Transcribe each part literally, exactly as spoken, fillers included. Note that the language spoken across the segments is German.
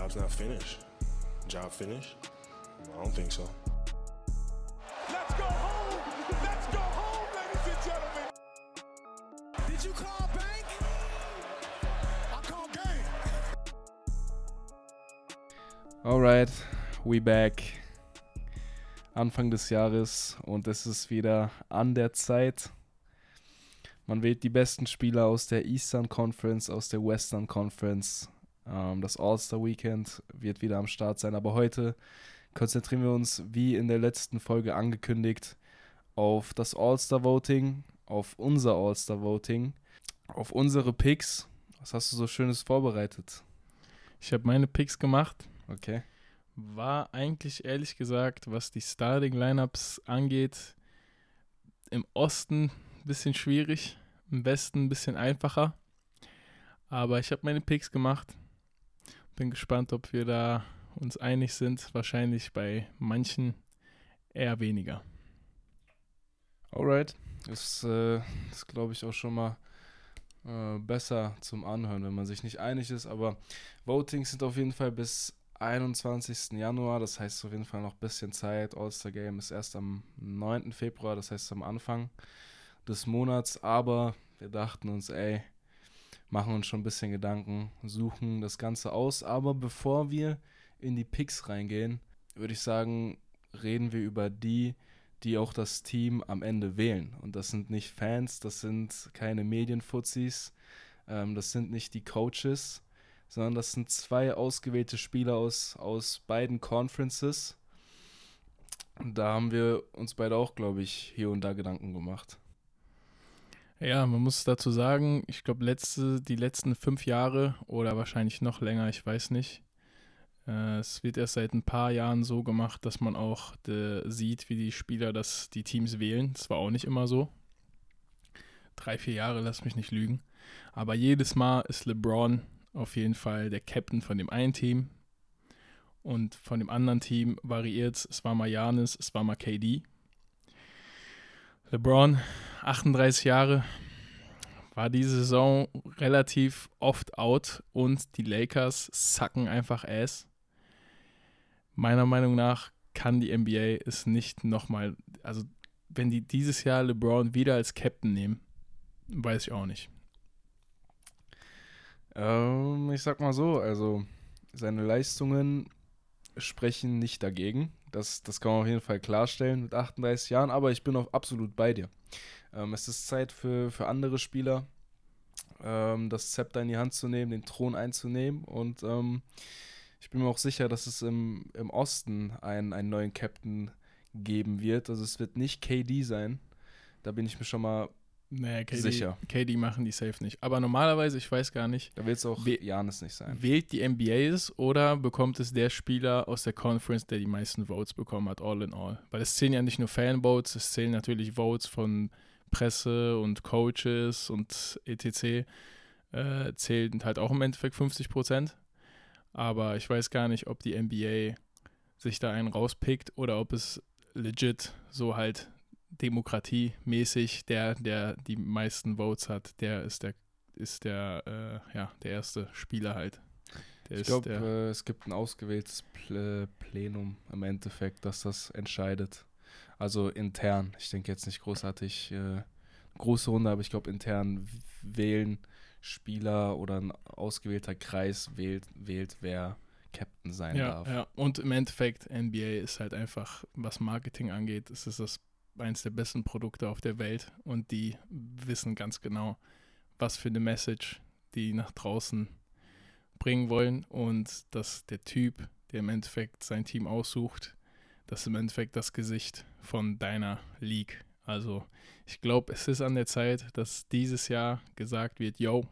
job's not finished. Job finished? I don't think so. Let's go home! Let's go home, ladies and gentlemen! Did you call bank? I call game. Alright, we back. Anfang des Jahres und es ist wieder an der Zeit. Man wählt die besten Spieler aus der Eastern Conference, aus der Western Conference. Ähm, das All-Star Weekend wird wieder am Start sein, aber heute konzentrieren wir uns, wie in der letzten Folge angekündigt, auf das All-Star Voting, auf unser All-Star Voting, auf unsere Picks. Was hast du so Schönes vorbereitet? Ich habe meine Picks gemacht. Okay. War eigentlich ehrlich gesagt, was die Starting-Lineups angeht, im Osten ein bisschen schwierig, im Westen ein bisschen einfacher. Aber ich habe meine Picks gemacht. Bin gespannt, ob wir da uns einig sind. Wahrscheinlich bei manchen eher weniger. Alright. Das äh, ist, glaube ich, auch schon mal äh, besser zum Anhören, wenn man sich nicht einig ist. Aber Votings sind auf jeden Fall bis einundzwanzigsten Januar, das heißt auf jeden Fall noch ein bisschen Zeit. All-Star Game ist erst am neunten Februar, das heißt am Anfang des Monats. Aber wir dachten uns, ey, machen uns schon ein bisschen Gedanken, suchen das Ganze aus. Aber bevor wir in die Picks reingehen, würde ich sagen, reden wir über die, die auch das Team am Ende wählen. Und das sind nicht Fans, das sind keine Medienfuzis, ähm, das sind nicht die Coaches, sondern das sind zwei ausgewählte Spieler aus, aus beiden Conferences. Und da haben wir uns beide auch, glaube ich, hier und da Gedanken gemacht. Ja, man muss dazu sagen, ich glaube, letzte, die letzten fünf Jahre oder wahrscheinlich noch länger, ich weiß nicht. Äh, es wird erst seit ein paar Jahren so gemacht, dass man auch de, sieht, wie die Spieler das, die Teams wählen. Das war auch nicht immer so. Drei, vier Jahre, lass mich nicht lügen. Aber jedes Mal ist LeBron auf jeden Fall der Captain von dem einen Team und von dem anderen Team variiert es. Es war mal Giannis, es war mal K D. LeBron, achtunddreißig Jahre, war diese Saison relativ oft out und die Lakers sacken einfach Ass. Meiner Meinung nach kann die N B A es nicht nochmal, also wenn die dieses Jahr LeBron wieder als Captain nehmen, weiß ich auch nicht. Ähm, ich sag mal so, also seine Leistungen sprechen nicht dagegen. Das, das kann man auf jeden Fall klarstellen mit achtunddreißig Jahren, aber ich bin auch absolut bei dir. Ähm, es ist Zeit für, für andere Spieler, ähm, das Zepter in die Hand zu nehmen, den Thron einzunehmen und ähm, ich bin mir auch sicher, dass es im, im Osten einen, einen neuen Captain geben wird. Also es wird nicht K D sein, da bin ich mir schon mal Naja, K D, sicher. K D machen die safe nicht. Aber normalerweise, ich weiß gar nicht, Da wird es auch We- Giannis nicht sein. wählt die N B A es oder bekommt es der Spieler aus der Conference, der die meisten Votes bekommen hat, all in all. Weil es zählen ja nicht nur Fanvotes, es zählen natürlich Votes von Presse und Coaches und et cetera. Äh, zählen halt auch im Endeffekt fünfzig Prozent. Aber ich weiß gar nicht, ob die N B A sich da einen rauspickt oder ob es legit so halt demokratiemäßig, der, der die meisten Votes hat, der ist der, ist der, äh, ja, der erste Spieler halt. Der Ich ist glaube, der, äh, es gibt ein ausgewähltes Pl- Plenum im Endeffekt, das das entscheidet. Also intern. Ich denke jetzt nicht großartig äh, große Runde, aber ich glaube intern w- wählen Spieler oder ein ausgewählter Kreis wählt, wählt wer Captain sein ja, darf. ja. Und im Endeffekt, N B A ist halt einfach, was Marketing angeht, ist es das eins der besten Produkte auf der Welt und die wissen ganz genau, was für eine Message die nach draußen bringen wollen und dass der Typ, der im Endeffekt sein Team aussucht, das ist im Endeffekt das Gesicht von deiner League. Also ich glaube, es ist an der Zeit, dass dieses Jahr gesagt wird, yo,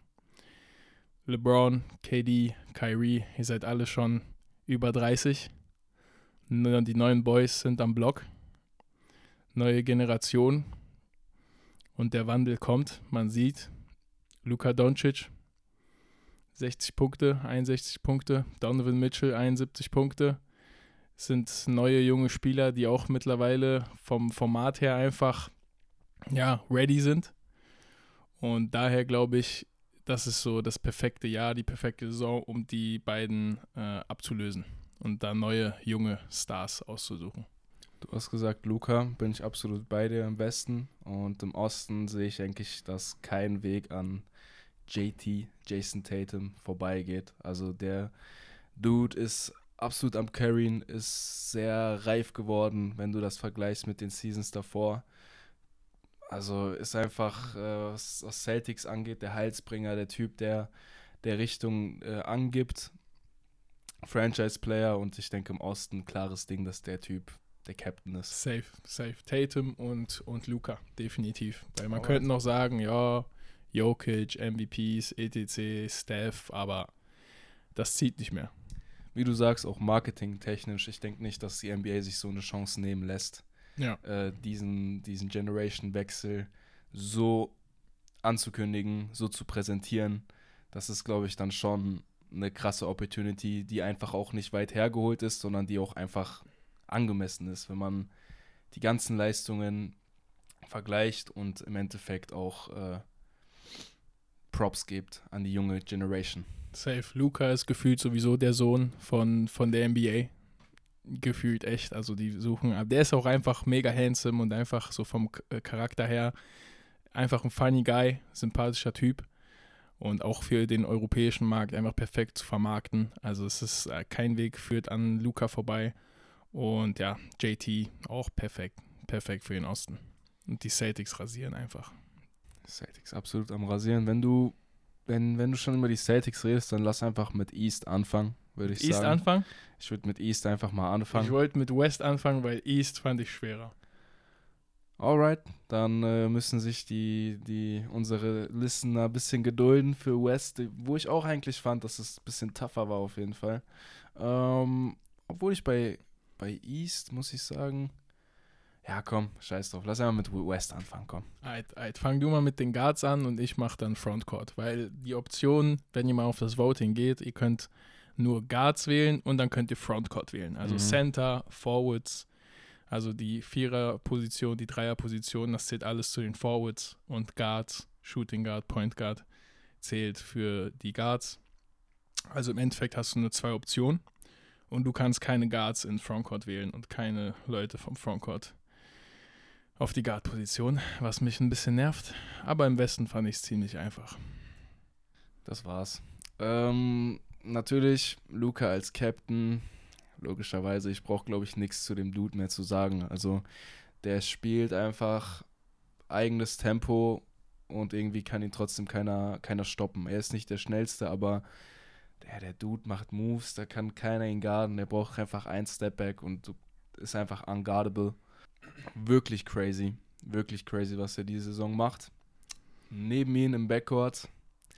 LeBron, K D, Kyrie, ihr seid alle schon über dreißig. Nur die neuen Boys sind am Block. Neue Generation. Und der Wandel kommt. Man sieht, Luka Doncic, sechzig Punkte, einundsechzig Punkte. Donovan Mitchell, einundsiebzig Punkte. Es sind neue junge Spieler, die auch mittlerweile vom Format her einfach ja, ready sind. Und daher glaube ich, das ist so das perfekte Jahr, die perfekte Saison, um die beiden äh, abzulösen und da neue, junge Stars auszusuchen. Du hast gesagt, Luka, bin ich absolut bei dir im Westen. Und im Osten sehe ich eigentlich, dass kein Weg an J T, Jason Tatum, vorbeigeht. Also der Dude ist absolut am Carryen, ist sehr reif geworden, wenn du das vergleichst mit den Seasons davor. Also ist einfach, äh, was, was Celtics angeht, der Heilsbringer, der Typ, der der Richtung äh, angibt. Franchise-Player, und ich denke im Osten klares Ding, dass der Typ der Captain ist. Safe, safe. Tatum und, und Luka, definitiv. Weil man Alright. könnte noch sagen, ja, Jokic, M V Ps, et cetera, Steph, aber das zieht nicht mehr. Wie du sagst, auch marketingtechnisch, ich denke nicht, dass die N B A sich so eine Chance nehmen lässt, Ja. äh, diesen, diesen Generation-Wechsel so anzukündigen, so zu präsentieren. Das ist, glaube ich, dann schon eine krasse Opportunity, die einfach auch nicht weit hergeholt ist, sondern die auch einfach angemessen ist, wenn man die ganzen Leistungen vergleicht und im Endeffekt auch äh, Props gibt an die junge Generation. Safe. Luka ist gefühlt sowieso der Sohn von, von der N B A. Gefühlt echt. Also die suchen, aber der ist auch einfach mega handsome und einfach so vom K- Charakter her einfach ein funny Guy, sympathischer Typ. Und auch für den europäischen Markt einfach perfekt zu vermarkten. Also es ist äh, kein Weg führt an Luka vorbei. Und ja, J T auch perfekt. Perfekt für den Osten. Und die Celtics rasieren einfach. Celtics absolut am Rasieren. Wenn du, wenn, wenn du schon über die Celtics redest, dann lass einfach mit East anfangen, würde ich East sagen. anfangen? Ich würde mit East einfach mal Ich anfangen. wollte mit West anfangen, weil East fand ich schwerer. Alright, dann äh, müssen sich die, die, unsere Listener ein bisschen gedulden für West, wo ich auch eigentlich fand, dass es ein bisschen tougher war auf jeden Fall. Ähm, obwohl ich bei, bei East, muss ich sagen, ja komm, scheiß drauf, lass einfach mit West anfangen, komm. Eit, eit, fang du mal mit den Guards an und ich mach dann Frontcourt, weil die Option, wenn ihr mal auf das Voting geht, ihr könnt nur Guards wählen und dann könnt ihr Frontcourt wählen. Also Mhm. Center, Forwards, also die Vierer-Position, die Dreier-Position, das zählt alles zu den Forwards und Guards, Shooting Guard, Point Guard zählt für die Guards. Also im Endeffekt hast du nur zwei Optionen und du kannst keine Guards in Frontcourt wählen und keine Leute vom Frontcourt auf die Guard-Position, was mich ein bisschen nervt. Aber im Westen fand ich es ziemlich einfach. Das war's. Ähm, natürlich, Luka als Captain, logischerweise, ich brauche, glaube ich, nichts zu dem Dude mehr zu sagen. Also, der spielt einfach eigenes Tempo und irgendwie kann ihn trotzdem keiner, keiner stoppen. Er ist nicht der Schnellste, aber der, der Dude macht Moves, da kann keiner ihn guarden. Der braucht einfach ein Stepback und ist einfach unguardable. Wirklich crazy, wirklich crazy, was er diese Saison macht. Neben ihm im Backcourt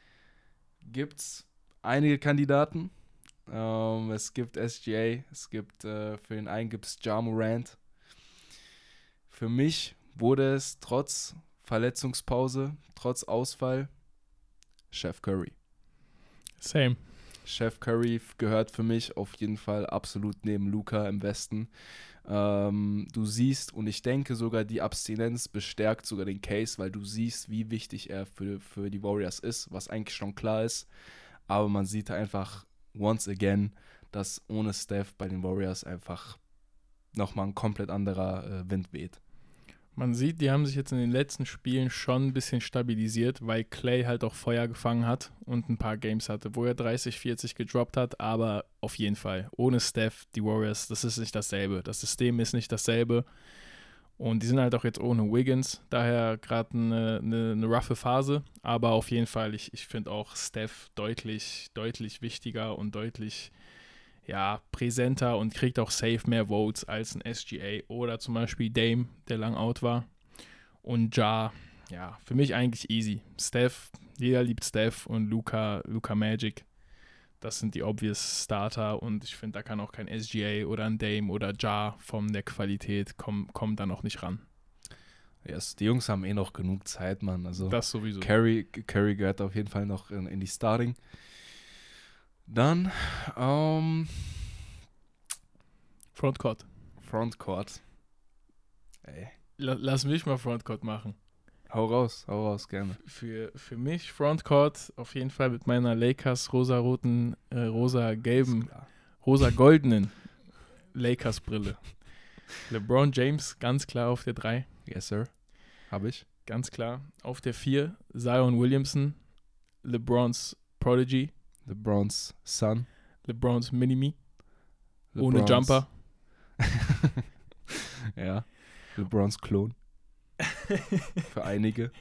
gibt's einige Kandidaten. Ähm, es gibt S G A, es gibt, äh, für den einen gibt es Ja Morant. Für mich wurde es trotz Verletzungspause, trotz Ausfall, Chef Curry. Same. Chef Curry gehört für mich auf jeden Fall absolut neben Luka im Westen. Ähm, du siehst, und ich denke sogar, die Abstinenz bestärkt sogar den Case, weil du siehst, wie wichtig er für, für die Warriors ist, was eigentlich schon klar ist. Aber man sieht einfach once again, dass ohne Steph bei den Warriors einfach nochmal ein komplett anderer äh, Wind weht. Man sieht, die haben sich jetzt in den letzten Spielen schon ein bisschen stabilisiert, weil Clay halt auch Feuer gefangen hat und ein paar Games hatte, wo er dreißig, vierzig gedroppt hat, aber auf jeden Fall, ohne Steph, die Warriors, das ist nicht dasselbe. Das System ist nicht dasselbe und die sind halt auch jetzt ohne Wiggins, daher gerade eine, eine, eine roughe Phase, aber auf jeden Fall, ich, ich finde auch Steph deutlich, deutlich wichtiger und deutlich ja, präsenter und kriegt auch safe mehr Votes als ein S G A oder zum Beispiel Dame, der lang out war. Und Ja, ja, für mich eigentlich easy. Steph, jeder liebt Steph und Luka, Luka Magic. Das sind die obvious Starter und ich finde, da kann auch kein S G A oder ein Dame oder Ja von der Qualität kommen, kommen da noch nicht ran. Yes, die Jungs haben eh noch genug Zeit, Mann. Also Das sowieso. Curry, Curry gehört auf jeden Fall noch in, in die Starting. Dann ähm, Frontcourt. Frontcourt. Ey. La- Lass mich mal Frontcourt machen. Hau raus, hau raus, gerne. Für, für mich Frontcourt auf jeden Fall mit meiner Lakers rosa-roten, äh, rosa-gelben, rosa-goldenen Lakers-Brille. LeBron James ganz klar auf der drei. Yes, sir. Hab ich. Ganz klar. Auf der vier Zion Williamson, LeBrons Prodigy, LeBrons Son. LeBrons Mini-Me, ohne LeBrons- Jumper. Ja. LeBrons Klon. Für einige.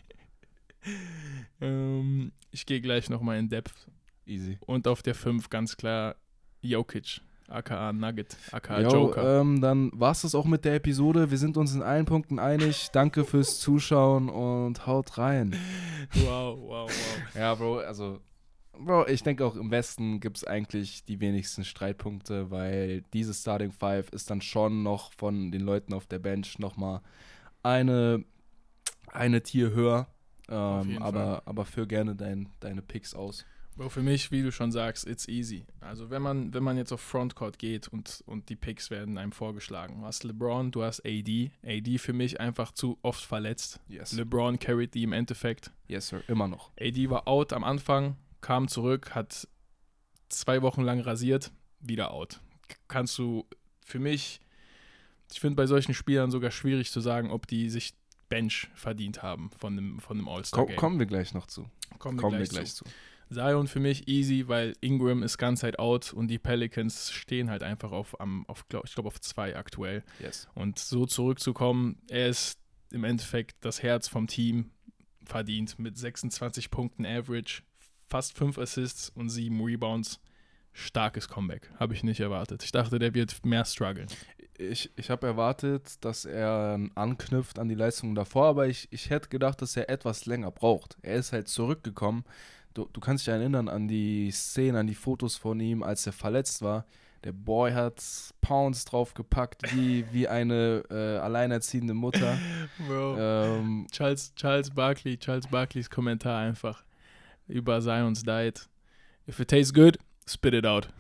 ähm, ich gehe gleich nochmal in Depth. Easy. Und auf der fünf ganz klar Jokic, aka Nugget, aka Jo, Joker. ähm, dann war's das auch mit der Episode. Wir sind uns in allen Punkten einig. Danke fürs Zuschauen und haut rein. Wow, wow, wow. Ja, Bro, also, Bro, ich denke auch im Westen gibt es eigentlich die wenigsten Streitpunkte, weil diese Starting Five ist dann schon noch von den Leuten auf der Bench nochmal eine, eine Tier höher. Auf Ähm, jeden aber, Fall. aber führ gerne dein, deine Picks aus. Bro, für mich, wie du schon sagst, it's easy. Also wenn man, wenn man jetzt auf Frontcourt geht und, und die Picks werden einem vorgeschlagen. Du hast LeBron, du hast A D. A D für mich einfach zu oft verletzt. Yes. LeBron carried die im Endeffekt. Yes, sir. Immer noch. A D war out am Anfang, kam zurück, hat zwei Wochen lang rasiert, wieder out. K- Kannst du für mich, ich finde bei solchen Spielern sogar schwierig zu sagen, ob die sich Bench verdient haben von dem, von dem Komm, All-Star-Game. kommen wir gleich noch zu. Kommen wir Kommen gleich, wir gleich zu. zu. Zion für mich easy, weil Ingram ist ganz Zeit out und die Pelicans stehen halt einfach auf, am, auf glaub, ich glaube auf zwei aktuell. Yes. Und so zurückzukommen, er ist im Endeffekt das Herz vom Team verdient mit sechsundzwanzig Punkten Average, fast fünf Assists und sieben Rebounds. Starkes Comeback, habe ich nicht erwartet. Ich dachte, der wird mehr strugglen. Ich, ich habe erwartet, dass er ähm, anknüpft an die Leistungen davor, aber ich, ich hätte gedacht, dass er etwas länger braucht. Er ist halt zurückgekommen. Du, du kannst dich erinnern an die Szenen, an die Fotos von ihm, als er verletzt war. Der Boy hat Pounds draufgepackt, wie, wie eine äh, alleinerziehende Mutter. Bro. ähm, Charles, Charles Barkley, Charles Barkleys Kommentar einfach über Zions Diet. If it tastes good, spit it out.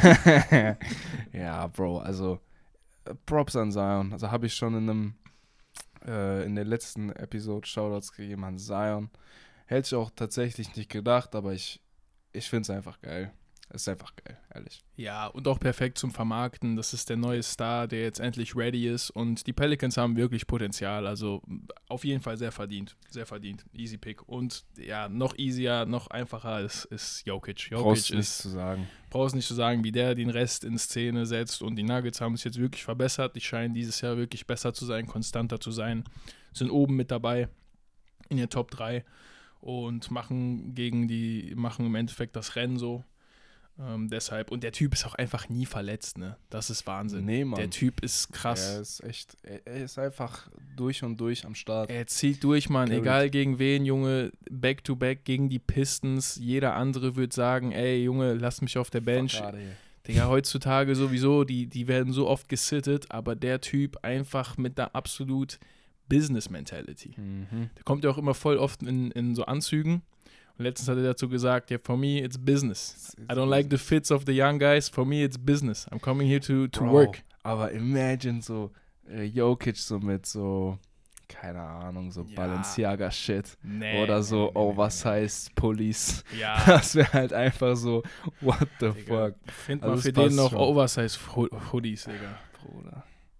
ja, Bro, also äh, Props an Zion. Also habe ich schon in einem äh, in der letzten Episode Shoutouts gegeben an Zion. Hätte ich auch tatsächlich nicht gedacht, aber ich, ich finde es einfach geil. Es ist einfach geil, ehrlich. Ja, und auch perfekt zum Vermarkten. Das ist der neue Star, der jetzt endlich ready ist. Und die Pelicans haben wirklich Potenzial. Also auf jeden Fall sehr verdient. Sehr verdient. Easy Pick. Und ja, noch easier, noch einfacher ist, ist Jokic. Jokic Brauchst du nichts ist, zu sagen. brauchst nicht zu sagen, wie der den Rest in Szene setzt. Und die Nuggets haben es jetzt wirklich verbessert. Die scheinen dieses Jahr wirklich besser zu sein, konstanter zu sein. Sind oben mit dabei in der Top drei und machen gegen die, machen im Endeffekt das Rennen so. Ähm, deshalb, und der Typ ist auch einfach nie verletzt, ne? Das ist Wahnsinn. Nee, Mann. Der Typ ist krass. Er ist echt, er, er ist einfach durch und durch am Start. Er zieht durch, Mann. Carried. Egal gegen wen, Junge. Back-to-back gegen die Pistons. Jeder andere wird sagen, ey, Junge, lass mich auf der Bench. Fuck outta here. Digga, heutzutage sowieso, die, die werden so oft gesittet, aber der Typ einfach mit der absolut Business-Mentality. Mhm. Der kommt ja auch immer voll oft in, in so Anzügen. Und letztens hat er dazu gesagt, ja, for me, it's business. I don't like the fits of the young guys. For me, it's business. I'm coming here to, to Bro, work. Aber imagine so äh, Jokic so mit so, keine Ahnung, so Ja. Balenciaga-Shit. Nee, Oder so nee, nee, nee, Oversized Pullis. nee. Ja, Das wäre halt einfach so, what the Digga. fuck, Find Also mal es für passt den noch schon. Oversize-Hoodies, Digga. Bruder.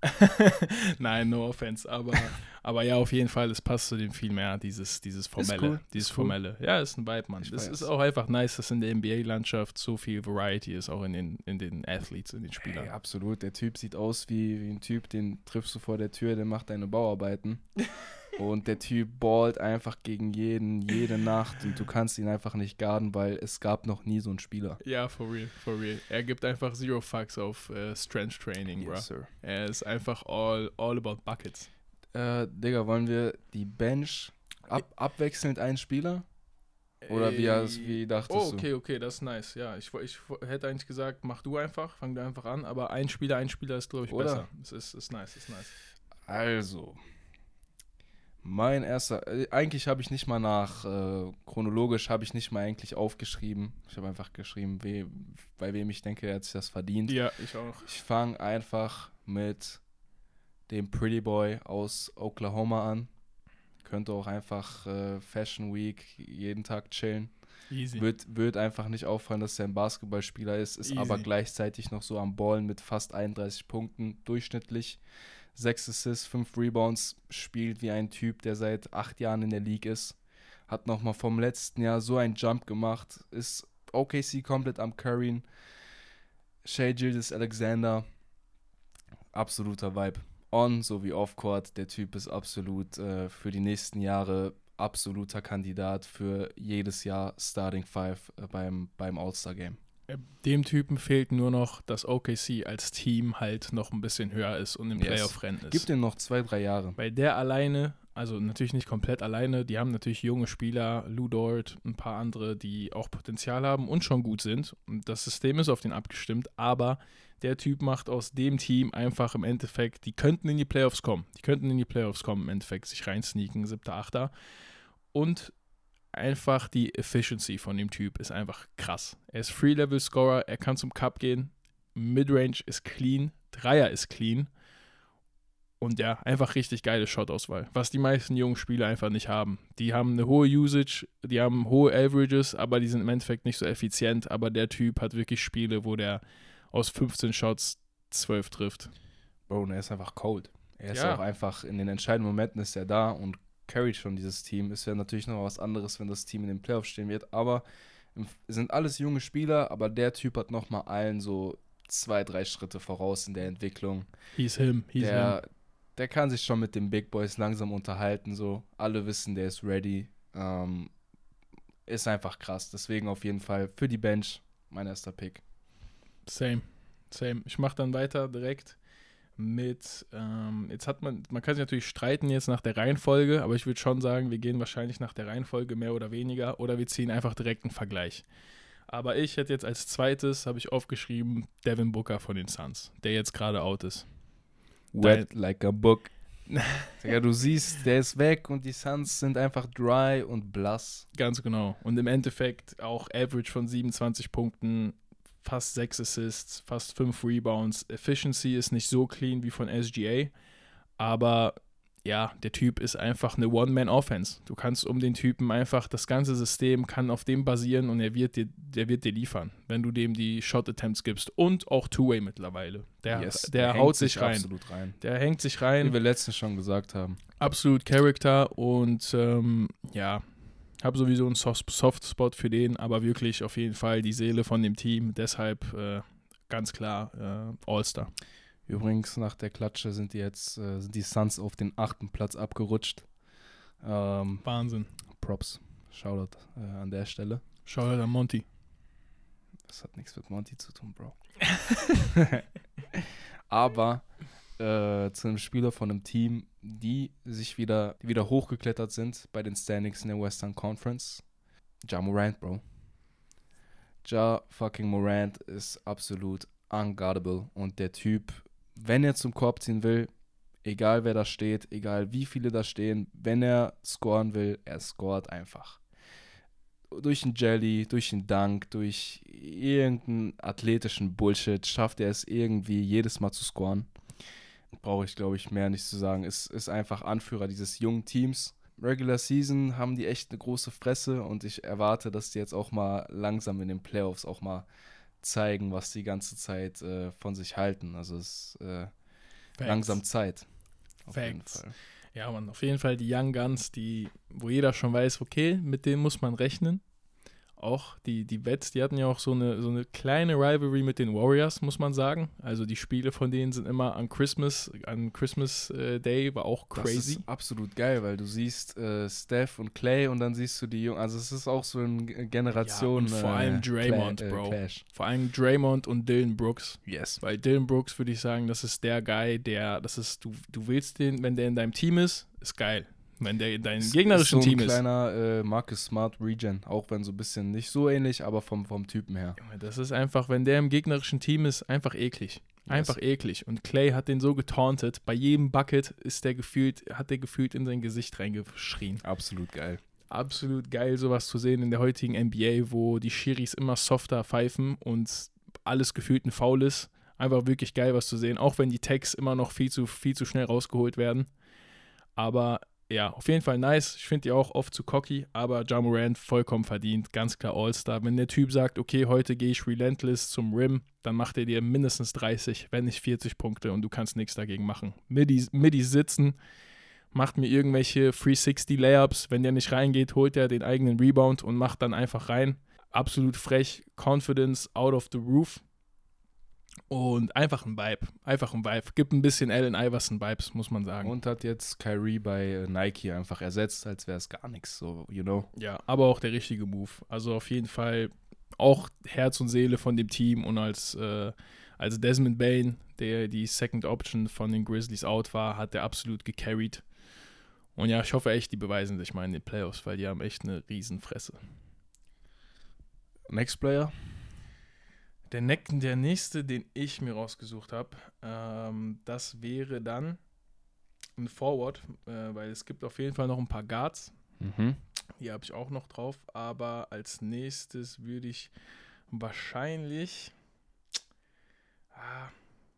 Nein, no offense, aber, aber ja, auf jeden Fall, es passt zu dem viel mehr, dieses, dieses Formelle. cool, Dieses ist cool. Formelle. Ja, ist ein Vibe, Mann. Ich Es weiß. ist auch einfach nice, dass in der N B A-Landschaft so viel Variety ist, auch in den, in den Athletes, in den Spielern. Hey, absolut, der Typ sieht aus wie, wie ein Typ, den triffst du vor der Tür, der macht deine Bauarbeiten. Und der Typ ballt einfach gegen jeden, jede Nacht und du kannst ihn einfach nicht guarden, weil es gab noch nie so einen Spieler. Ja, for real, for real. Er gibt einfach zero fucks auf äh, Strength Training, bro. Yes, sir. Er ist einfach all, all about buckets. Äh, Digga, wollen wir die Bench ab, abwechselnd einen Spieler? Oder wie, hast- wie dachtest Oh, du? okay, okay, das ist nice. Ja, ich, wo- ich wo- hätte eigentlich gesagt, mach du einfach, fang du einfach an, aber ein Spieler, ein Spieler ist, glaube ich, Oder? besser. Es ist, ist nice, ist nice. Also, mein erster, äh, eigentlich habe ich nicht mal nach, äh, chronologisch habe ich nicht mal eigentlich aufgeschrieben. Ich habe einfach geschrieben, we, bei wem ich denke, er hat sich das verdient. Ja, ich auch. Ich fange einfach mit dem Pretty Boy aus Oklahoma an. könnte auch einfach äh, Fashion Week jeden Tag chillen. Easy. Wird, wird einfach nicht auffallen, dass er ein Basketballspieler ist, ist Easy. aber gleichzeitig noch so am Ballen mit fast einunddreißig Punkten durchschnittlich. Sechs Assists, fünf Rebounds, spielt wie ein Typ, der seit acht Jahren in der League ist. Hat nochmal vom letzten Jahr so einen Jump gemacht, ist O K C komplett am Curryen. Shai Gilgeous-Alexander, absoluter Vibe. On sowie off-court, der Typ ist absolut äh, für die nächsten Jahre absoluter Kandidat für jedes Jahr Starting Five äh, beim, beim All-Star-Game. Dem Typen fehlt nur noch, dass O K C als Team halt noch ein bisschen höher ist und im Yes. Playoff-Rennen ist. Gibt ihm noch zwei, drei Jahre. Weil der alleine, also natürlich nicht komplett alleine, die haben natürlich junge Spieler, Lou Dort, ein paar andere, die auch Potenzial haben und schon gut sind. Und das System ist auf den abgestimmt, aber der Typ macht aus dem Team einfach im Endeffekt, die könnten in die Playoffs kommen. Die könnten in die Playoffs kommen, im Endeffekt sich reinsneaken, siebter, achter. Und einfach die Efficiency von dem Typ ist einfach krass. Er ist Free-Level-Scorer, er kann zum Cup gehen, Midrange ist clean, Dreier ist clean und ja, einfach richtig geile Shot-Auswahl, was die meisten jungen Spieler einfach nicht haben. Die haben eine hohe Usage, die haben hohe Averages, aber die sind im Endeffekt nicht so effizient, aber der Typ hat wirklich Spiele, wo der aus fünfzehn Shots zwölf trifft. Bro, und er ist einfach cold. Er ist Ja. auch einfach, in den entscheidenden Momenten ist er da und carryt schon dieses Team. Ist ja natürlich noch was anderes, wenn das Team in den Playoffs stehen wird, aber im, sind alles junge Spieler, aber der Typ hat nochmal allen so zwei, drei Schritte voraus in der Entwicklung. He's him, he's him. Der, der kann sich schon mit den Big Boys langsam unterhalten, so. Alle wissen, der ist ready. Ähm, ist einfach krass. Deswegen auf jeden Fall für die Bench mein erster Pick. Same, same. Ich mache dann weiter direkt mit, ähm, jetzt hat man, man kann sich natürlich streiten jetzt nach der Reihenfolge, aber ich würde schon sagen, wir gehen wahrscheinlich nach der Reihenfolge mehr oder weniger oder wir ziehen einfach direkt einen Vergleich. Aber ich hätte jetzt als zweites, habe ich aufgeschrieben, Devin Booker von den Suns, der jetzt gerade out ist. Wet like a book. Ja, du siehst, der ist weg und die Suns sind einfach dry und blass. Ganz genau. Und im Endeffekt auch Average von siebenundzwanzig Punkten, fast sechs Assists, fast fünf Rebounds. Efficiency ist nicht so clean wie von S G A, aber ja, der Typ ist einfach eine One-Man-Offense. Du kannst um den Typen einfach, das ganze System kann auf dem basieren und er wird dir, der wird dir liefern, wenn du dem die Shot-Attempts gibst und auch Two-Way mittlerweile. Der, Yes, der, hängt haut sich rein. absolut rein. Der hängt sich rein. Wie wir letztens schon gesagt haben. Absolut Charakter und ähm, ja, habe sowieso einen Soft- Soft-Spot für den, aber wirklich auf jeden Fall die Seele von dem Team. Deshalb äh, ganz klar äh, All-Star. Übrigens, nach der Klatsche sind die jetzt äh, sind die Suns auf den achten Platz abgerutscht. Ähm, Wahnsinn. Props. Shoutout äh, an der Stelle. Shoutout an Monty. Das hat nichts mit Monty zu tun, Bro. Aber äh, zu einem Spieler von einem Team, die sich wieder, die wieder hochgeklettert sind bei den Standings in der Western Conference. Ja Morant, Bro. Ja fucking Morant ist absolut unguardable und der Typ, wenn er zum Korb ziehen will, egal wer da steht, egal wie viele da stehen, wenn er scoren will, er scoret einfach. Durch einen Jelly, durch einen Dunk, durch irgendeinen athletischen Bullshit schafft er es irgendwie jedes Mal zu scoren. Brauche ich, glaube ich, mehr nicht zu sagen. Ist, ist einfach Anführer dieses jungen Teams. Regular Season haben die echt eine große Fresse und ich erwarte, dass die jetzt auch mal langsam in den Playoffs auch mal zeigen, was die ganze Zeit äh, von sich halten. Also es ist äh, langsam Zeit. Auf jeden Facts. Fall. Ja, man, auf jeden Fall die Young Guns, die, wo jeder schon weiß, okay, mit denen muss man rechnen. Auch die, die Vets, die hatten ja auch so eine, so eine kleine Rivalry mit den Warriors, muss man sagen. Also die Spiele von denen sind immer an Christmas, an Christmas äh, Day, war auch crazy. Das ist absolut geil, weil du siehst äh, Steph und Clay und dann siehst du die Jungen. Also es ist auch so eine Generation. Ja, und vor äh, allem Draymond, Cla- äh, Bro. Clash. Vor allem Draymond und Dylan Brooks. Yes. Weil Dylan Brooks, würde ich sagen, das ist der Guy, der, das ist, du, du willst den, wenn der in deinem Team ist, ist geil. Wenn der in deinem Ist- gegnerischen ist so ein Team ist. kleiner äh, Marcus Smart Regen, auch wenn so ein bisschen nicht so ähnlich, aber vom, vom Typen her. Junge, das ist einfach, wenn der im gegnerischen Team ist, einfach eklig. Einfach eklig. Und Clay hat den so getauntet. Bei jedem Bucket ist der gefühlt, hat der gefühlt in sein Gesicht reingeschrien. Absolut geil. Absolut geil, sowas zu sehen in der heutigen N B A, wo die Schiris immer softer pfeifen und alles gefühlt ein Foul ist. Einfach wirklich geil, was zu sehen. Auch wenn die Tags immer noch viel zu, viel zu schnell rausgeholt werden. Aber ja, auf jeden Fall nice. Ich finde die auch oft zu cocky, aber Ja Morant vollkommen verdient, ganz klar All-Star. Wenn der Typ sagt, okay, heute gehe ich relentless zum Rim, dann macht er dir mindestens dreißig, wenn nicht vierzig Punkte und du kannst nichts dagegen machen. Middies, Middies sitzen, macht mir irgendwelche drei sechzig Layups, wenn der nicht reingeht, holt er den eigenen Rebound und macht dann einfach rein. Absolut frech, Confidence out of the roof. Und einfach ein Vibe, einfach ein Vibe. Gibt ein bisschen Allen Iverson-Vibes, muss man sagen. Und hat jetzt Kyrie bei Nike einfach ersetzt, als wäre es gar nichts, so, you know. Ja, aber auch der richtige Move. Also auf jeden Fall auch Herz und Seele von dem Team und als, äh, als Desmond Bane, der die Second Option von den Grizzlies out war, hat er absolut gecarried. Und ja, ich hoffe echt, die beweisen sich mal in den Playoffs, weil die haben echt eine Riesenfresse. Next Player? Der, ne- der nächste, den ich mir rausgesucht habe, ähm, das wäre dann ein Forward, äh, weil es gibt auf jeden Fall noch ein paar Guards. Mhm. Die habe ich auch noch drauf, aber als nächstes würde ich wahrscheinlich, ah,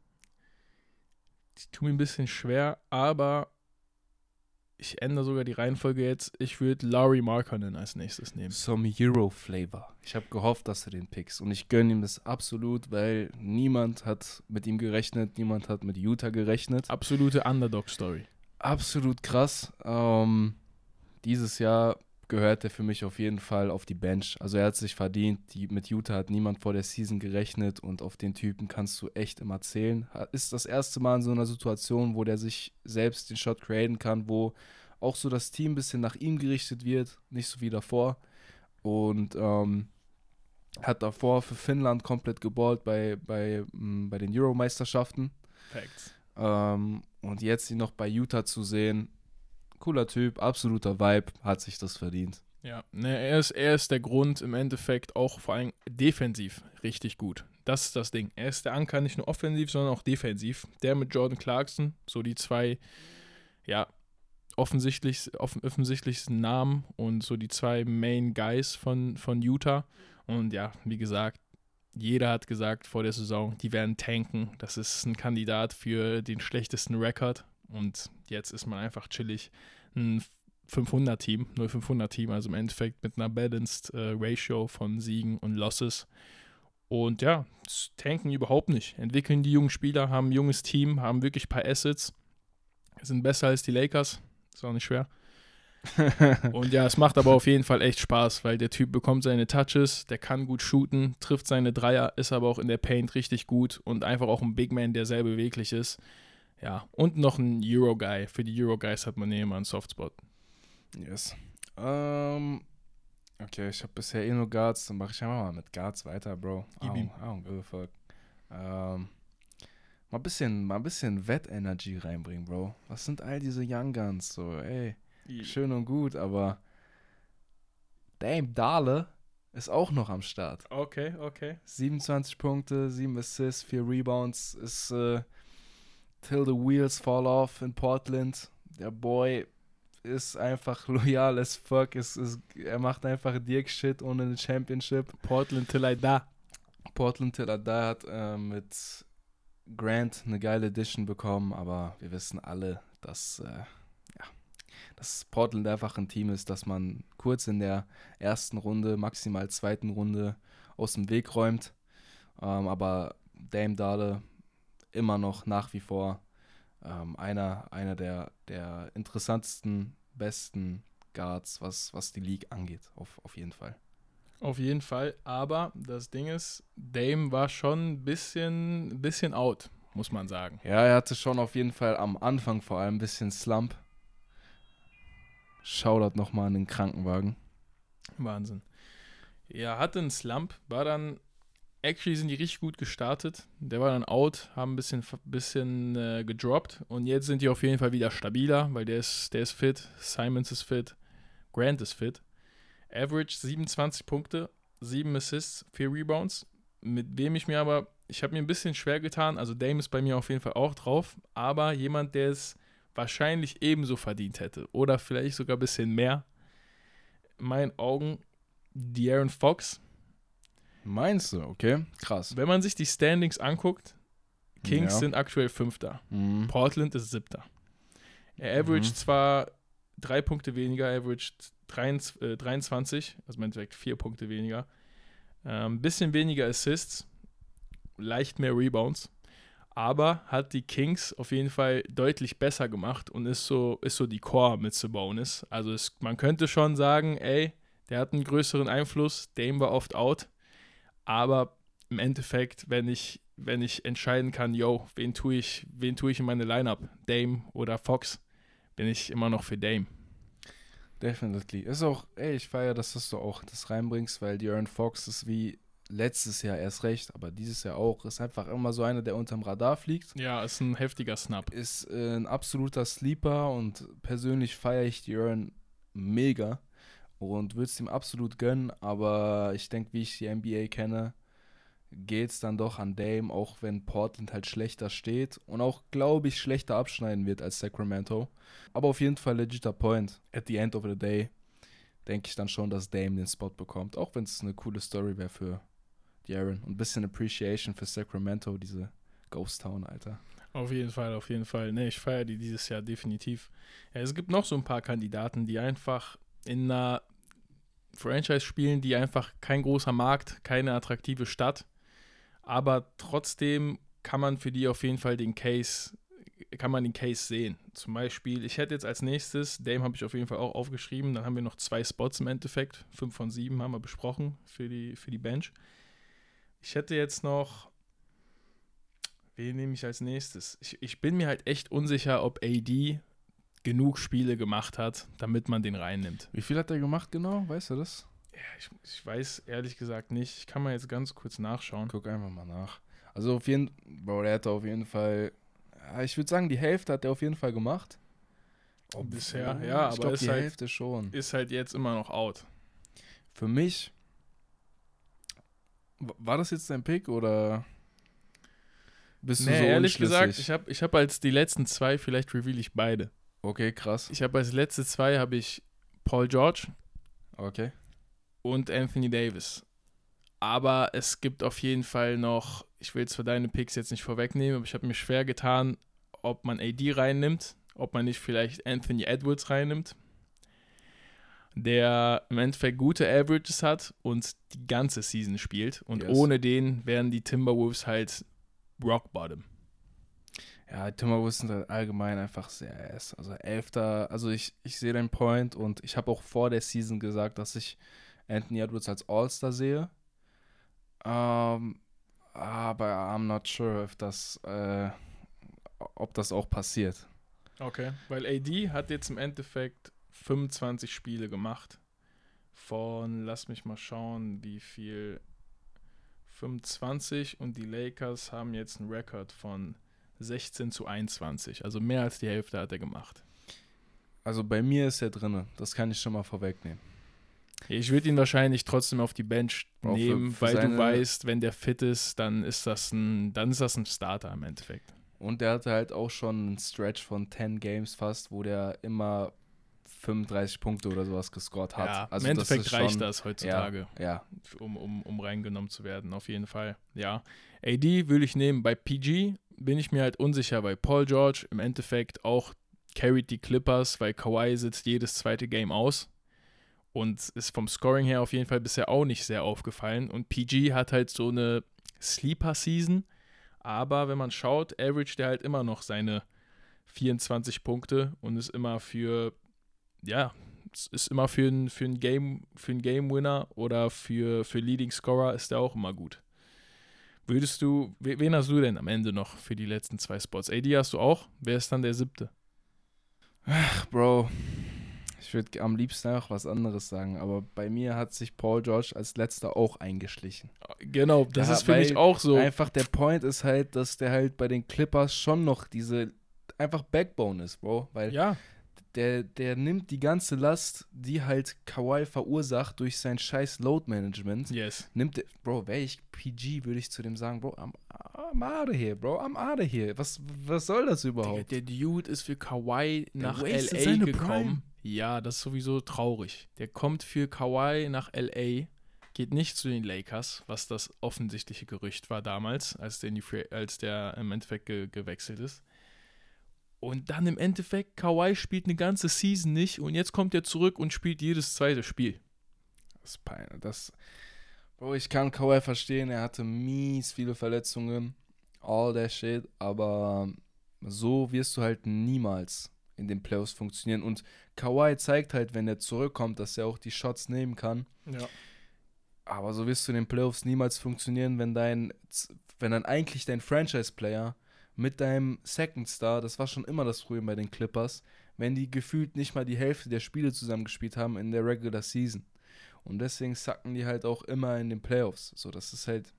ich tue mir ein bisschen schwer, aber ich ändere sogar die Reihenfolge jetzt. Ich würde Lauri Markkanen als nächstes nehmen. Some Euro-Flavor. Ich habe gehofft, dass du den pickst. Und ich gönne ihm das absolut, weil niemand hat mit ihm gerechnet. Niemand hat mit Utah gerechnet. Absolute Underdog-Story. Absolut krass. Ähm, dieses Jahr gehört er für mich auf jeden Fall auf die Bench. Also er hat sich verdient. Die, mit Utah hat niemand vor der Season gerechnet. Und auf den Typen kannst du echt immer zählen. Ist das erste Mal in so einer Situation, wo der sich selbst den Shot createn kann, wo auch so das Team ein bisschen nach ihm gerichtet wird. Nicht so wie davor. Und ähm, hat davor für Finnland komplett geballt bei, bei, mh, bei den Euro-Meisterschaften. Facts. Ähm, und jetzt ihn noch bei Utah zu sehen, cooler Typ, absoluter Vibe, hat sich das verdient. Ja, ne, er ist, er ist der Grund im Endeffekt auch vor allem defensiv richtig gut. Das ist das Ding. Er ist der Anker nicht nur offensiv, sondern auch defensiv. Der mit Jordan Clarkson, so die zwei, ja, offensichtlich, offen, offensichtlichsten Namen und so die zwei Main Guys von, von Utah. Und ja, wie gesagt, jeder hat gesagt vor der Saison, die werden tanken. Das ist ein Kandidat für den schlechtesten Rekord. Und jetzt ist man einfach chillig. Ein fünfhundert-Team, null fünfhundert-Team, also im Endeffekt mit einer Balanced äh, Ratio von Siegen und Losses. Und ja, tanken überhaupt nicht. Entwickeln die jungen Spieler, haben ein junges Team, haben wirklich ein paar Assets, sind besser als die Lakers. Ist auch nicht schwer. Und ja, es macht aber auf jeden Fall echt Spaß, weil der Typ bekommt seine Touches, der kann gut shooten, trifft seine Dreier, ist aber auch in der Paint richtig gut und einfach auch ein Big Man, der sehr beweglich ist. Ja, und noch ein Euro-Guy. Für die Euro-Guys hat man eh immer einen Softspot. Yes. Ähm, okay, ich habe bisher eh nur Guards, dann mache ich einfach mal mit Guards weiter, Bro. Gib ihm. I don't give a fuck. Ähm, mal ein bisschen, mal ein bisschen Wett-Energy reinbringen, Bro. Was sind all diese Young Guns so, ey? Schön und gut, aber Dame Dale ist auch noch am Start. Okay, okay. siebenundzwanzig Punkte, sieben Assists, vier Rebounds, ist äh, till the wheels fall off in Portland. Der Boy ist einfach loyal as fuck. Es ist, er macht einfach Dirk-Shit ohne eine Championship. Portland till I die. Portland till I die hat äh, mit Grant eine geile Edition bekommen, aber wir wissen alle, dass, äh, ja, dass Portland einfach ein Team ist, das man kurz in der ersten Runde, maximal zweiten Runde aus dem Weg räumt. Ähm, aber Dame Dale immer noch nach wie vor ähm, einer, einer der, der interessantesten, besten Guards, was, was die League angeht, auf, auf jeden Fall. Auf jeden Fall, aber das Ding ist, Dame war schon ein bisschen, bisschen out, muss man sagen. Ja, er hatte schon auf jeden Fall am Anfang vor allem ein bisschen Slump. Shoutout nochmal an den Krankenwagen. Wahnsinn. Ja, hatte einen Slump, war dann, actually sind die richtig gut gestartet. Der war dann out, haben ein bisschen, bisschen äh, gedroppt und jetzt sind die auf jeden Fall wieder stabiler, weil der ist, der ist fit, Simons ist fit, Grant ist fit. Average siebenundzwanzig Punkte, sieben Assists, vier Rebounds. Mit wem ich mir aber, ich habe mir ein bisschen schwer getan, also Dame ist bei mir auf jeden Fall auch drauf, aber jemand, der es wahrscheinlich ebenso verdient hätte oder vielleicht sogar ein bisschen mehr, in meinen Augen, De'Aaron Fox. Meinst du? Okay, krass. Wenn man sich die Standings anguckt, Kings Ja. sind aktuell Fünfter, Mhm. Portland ist Siebter. Er averaged Mhm. zwar drei Punkte weniger, averaged dreiundzwanzig, also im Endeffekt vier Punkte weniger. Ein ähm, bisschen weniger Assists, leicht mehr Rebounds, aber hat die Kings auf jeden Fall deutlich besser gemacht und ist so, ist so die Core mit Sabonis. Also es, man könnte schon sagen, ey, der hat einen größeren Einfluss, Dame war oft out, aber im Endeffekt, wenn ich, wenn ich entscheiden kann, yo, wen tue ich, wen tue ich in meine Lineup, Dame oder Fox, bin ich immer noch für Dame. Definitely. Ist auch, ey, ich feiere, dass das du auch das reinbringst, weil De'Aaron Fox ist wie letztes Jahr erst recht, aber dieses Jahr auch, ist einfach immer so einer, der unterm Radar fliegt. Ja, ist ein heftiger Snap. Ist äh, ein absoluter Sleeper und persönlich feiere ich De'Aaron mega und würde es ihm absolut gönnen, aber ich denke, wie ich die N B A kenne, geht es dann doch an Dame, auch wenn Portland halt schlechter steht und auch, glaube ich, schlechter abschneiden wird als Sacramento. Aber auf jeden Fall legiter Point. At the end of the day denke ich dann schon, dass Dame den Spot bekommt, auch wenn es eine coole Story wäre für De'Aaron. Und ein bisschen Appreciation für Sacramento, diese Ghost Town, Alter. Auf jeden Fall, auf jeden Fall. Ne, ich feiere die dieses Jahr definitiv. Ja, es gibt noch so ein paar Kandidaten, die einfach in einer Franchise spielen, die einfach kein großer Markt, keine attraktive Stadt, aber trotzdem kann man für die auf jeden Fall den Case, kann man den Case sehen. Zum Beispiel, ich hätte jetzt als nächstes, Dame habe ich auf jeden Fall auch aufgeschrieben, dann haben wir noch zwei Spots im Endeffekt, fünf von sieben haben wir besprochen für die, für die Bench. Ich hätte jetzt noch, wen nehme ich als nächstes? Ich, ich bin mir halt echt unsicher, ob A D genug Spiele gemacht hat, damit man den reinnimmt. Wie viel hat er gemacht genau? Weißt du das? Ja, ich, ich weiß ehrlich gesagt nicht. Ich kann mal jetzt ganz kurz nachschauen. Guck einfach mal nach. Also auf jeden Fall, der hat auf jeden Fall, ja, ich würde sagen, die Hälfte hat er auf jeden Fall gemacht. Oh, bisher, ja, ich aber glaube, ist die halt, Hälfte schon. ist halt jetzt immer noch out. Für mich, war das jetzt dein Pick oder bist du Nee, so ehrlich unschlüssig? gesagt, ich habe ich hab als die letzten zwei, vielleicht reveal ich beide. Okay, krass. Ich habe als letzte zwei habe ich Paul George Okay. und Anthony Davis. Aber es gibt auf jeden Fall noch, ich will zwar deine Picks jetzt nicht vorwegnehmen, aber ich habe mir schwer getan, ob man A D reinnimmt, ob man nicht vielleicht Anthony Edwards reinnimmt, der im Endeffekt gute Averages hat und die ganze Season spielt. Und Yes. ohne den wären die Timberwolves halt rock bottom. Ja, Timberwolves sind halt allgemein einfach sehr ass. Also Elfter, also ich, ich sehe den Point und ich habe auch vor der Season gesagt, dass ich Anthony Edwards als All-Star sehe. Ähm, aber I'm not sure, if das, äh, ob das auch passiert. Okay, weil A D hat jetzt im Endeffekt fünfundzwanzig Spiele gemacht. Von, lass mich mal schauen, wie viel, fünfundzwanzig, und die Lakers haben jetzt einen Rekord von sechzehn zu einundzwanzig. Also mehr als die Hälfte hat er gemacht. Also bei mir ist er drin, das kann ich schon mal vorwegnehmen. Ich würde ihn wahrscheinlich trotzdem auf die Bench Auch für- nehmen, für weil seine- du weißt, wenn der fit ist, dann ist das ein, dann ist das ein Starter im Endeffekt. Und der hatte halt auch schon einen Stretch von zehn Games fast, wo der immer fünfunddreißig Punkte oder sowas gescored hat. Ja, also im Endeffekt das ist reicht schon, das heutzutage, Ja, ja. um, um, um reingenommen zu werden, auf jeden Fall. Ja, A D will ich nehmen. Bei P G bin ich mir halt unsicher, weil Paul George im Endeffekt auch carried die Clippers, weil Kawhi sitzt jedes zweite Game aus und ist vom Scoring her auf jeden Fall bisher auch nicht sehr aufgefallen. Und P G hat halt so eine Sleeper-Season, aber wenn man schaut, averaged der halt immer noch seine vierundzwanzig Punkte und ist immer für, ja, es ist immer für einen für ein Game, für ein Game-Winner oder für, für Leading Scorer ist der auch immer gut. Würdest du, wen hast du denn am Ende noch für die letzten zwei Spots? A D hast du auch? Wer ist dann der siebte? Ach, Bro, ich würde am liebsten auch was anderes sagen, aber bei mir hat sich Paul George als letzter auch eingeschlichen. Genau, das Ja, ist für mich weil auch so. Einfach der Point ist halt, dass der halt bei den Clippers schon noch diese einfach Backbone ist, Bro, weil Ja, der, der nimmt die ganze Last, die halt Kawhi verursacht durch sein scheiß Load-Management. yes. Nimmt der, Bro, wäre ich P G, würde ich zu dem sagen, Bro, I'm, I'm out of here, Bro, I'm out of here. Was, was soll das überhaupt? Der Dude ist für Kawhi nach wastet L A seine gekommen. Prime. Ja, das ist sowieso traurig. Der kommt für Kawhi nach L A, geht nicht zu den Lakers, was das offensichtliche Gerücht war damals, als der, in die Free, als der im Endeffekt ge, gewechselt ist. Und dann im Endeffekt, Kawhi spielt eine ganze Season nicht und jetzt kommt er zurück und spielt jedes zweite Spiel. Das ist peinlich. Das, Bro, ich kann Kawhi verstehen, er hatte mies viele Verletzungen, all that shit, aber so wirst du halt niemals in den Playoffs funktionieren. Und Kawhi zeigt halt, wenn er zurückkommt, dass er auch die Shots nehmen kann. Ja. Aber so wirst du in den Playoffs niemals funktionieren, wenn dein, wenn dann eigentlich dein Franchise-Player mit deinem Second Star, das war schon immer das Problem bei den Clippers, wenn die gefühlt nicht mal die Hälfte der Spiele zusammengespielt haben in der Regular Season. Und deswegen sacken die halt auch immer in den Playoffs. So, das ist halt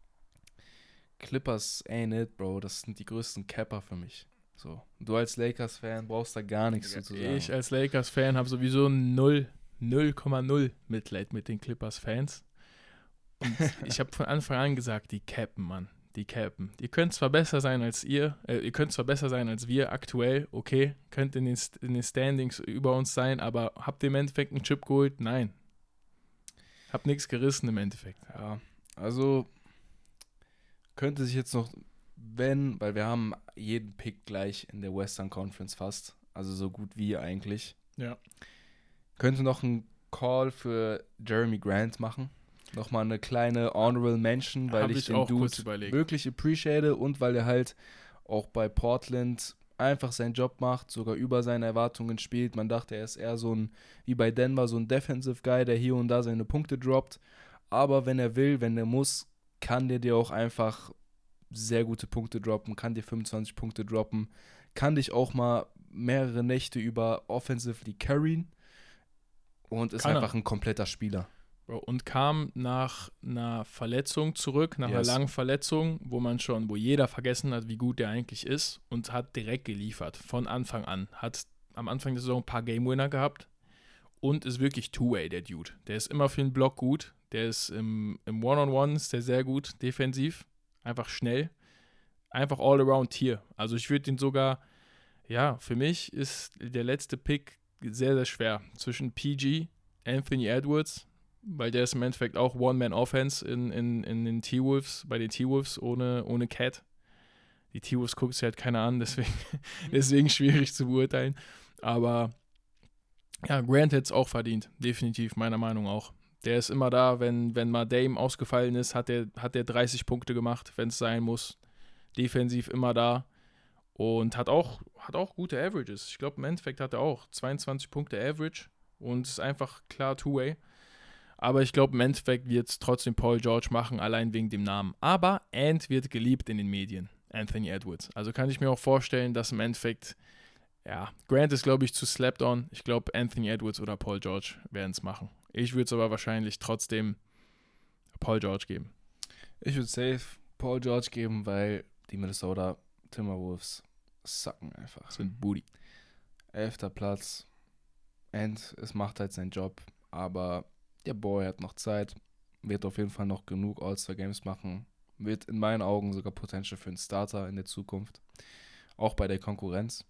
Clippers ain't it, Bro. Das sind die größten Capper für mich. So, du als Lakers-Fan brauchst da gar nichts zu sagen. Ich als Lakers-Fan habe sowieso null, null Komma null Mitleid mit den Clippers-Fans. Und ich habe von Anfang an gesagt, die cappen, Mann. Die cappen. Ihr könnt zwar besser sein als ihr, äh, ihr könnt zwar besser sein als wir aktuell, okay, könnt in den, in den Standings über uns sein, aber habt ihr im Endeffekt einen Chip geholt? Nein. Habt nichts gerissen im Endeffekt. Ja, also könnte sich jetzt noch, wenn, weil wir haben jeden Pick gleich in der Western Conference fast, also so gut wie eigentlich. Ja. Könnte noch ein Call für Jeremy Grant machen. Nochmal eine kleine Honorable Mention, weil Hab ich, ich den auch Dude kurz überlegt. wirklich appreciate und weil er halt auch bei Portland einfach seinen Job macht, sogar über seine Erwartungen spielt. Man dachte, er ist eher so ein, wie bei Denver, so ein Defensive Guy, der hier und da seine Punkte droppt. Aber wenn er will, wenn er muss, kann der dir auch einfach sehr gute Punkte droppen, kann dir fünfundzwanzig Punkte droppen, kann dich auch mal mehrere Nächte über offensively carryen und ist Kann er. einfach ein kompletter Spieler. Und kam nach einer Verletzung zurück, nach Yes. einer langen Verletzung, wo man schon, wo jeder vergessen hat, wie gut der eigentlich ist und hat direkt geliefert, von Anfang an. Hat am Anfang der Saison ein paar Game-Winner gehabt und ist wirklich Two-Way, der Dude. Der ist immer für den Block gut, der ist im, im One-on-One ist der sehr gut, defensiv, einfach schnell, einfach all-around-Tier. Also ich würde den sogar, ja, für mich ist der letzte Pick sehr, sehr schwer. Zwischen P G, Anthony Edwards, weil der ist im Endeffekt auch One-Man-Offense in, in, in den T-Wolves, bei den T-Wolves ohne, ohne Cat. Die T-Wolves guckt sich halt keiner an, deswegen, deswegen schwierig zu beurteilen. Aber ja, Grant hätte es auch verdient, definitiv, meiner Meinung auch. Der ist immer da, wenn, wenn mal Dame ausgefallen ist, hat der hat der dreißig Punkte gemacht, wenn es sein muss. Defensiv immer da und hat auch, hat auch gute Averages. Ich glaube, im Endeffekt hat er auch zweiundzwanzig Punkte Average und ist einfach klar Two-Way. Aber ich glaube, im Endeffekt wird es trotzdem Paul George machen, allein wegen dem Namen. Aber Ant wird geliebt in den Medien, Anthony Edwards. Also kann ich mir auch vorstellen, dass im Endeffekt, ja, Grant ist, glaube ich, zu slapped on. Ich glaube, Anthony Edwards oder Paul George werden es machen. Ich würde es aber wahrscheinlich trotzdem Paul George geben. Ich würde safe Paul George geben, weil die Minnesota Timberwolves sacken einfach. Das sind Booty. Elfter Platz. And es macht halt seinen Job. Aber der Boy hat noch Zeit. Wird auf jeden Fall noch genug All-Star-Games machen. Wird in meinen Augen sogar Potential für einen Starter in der Zukunft. Auch bei der Konkurrenz.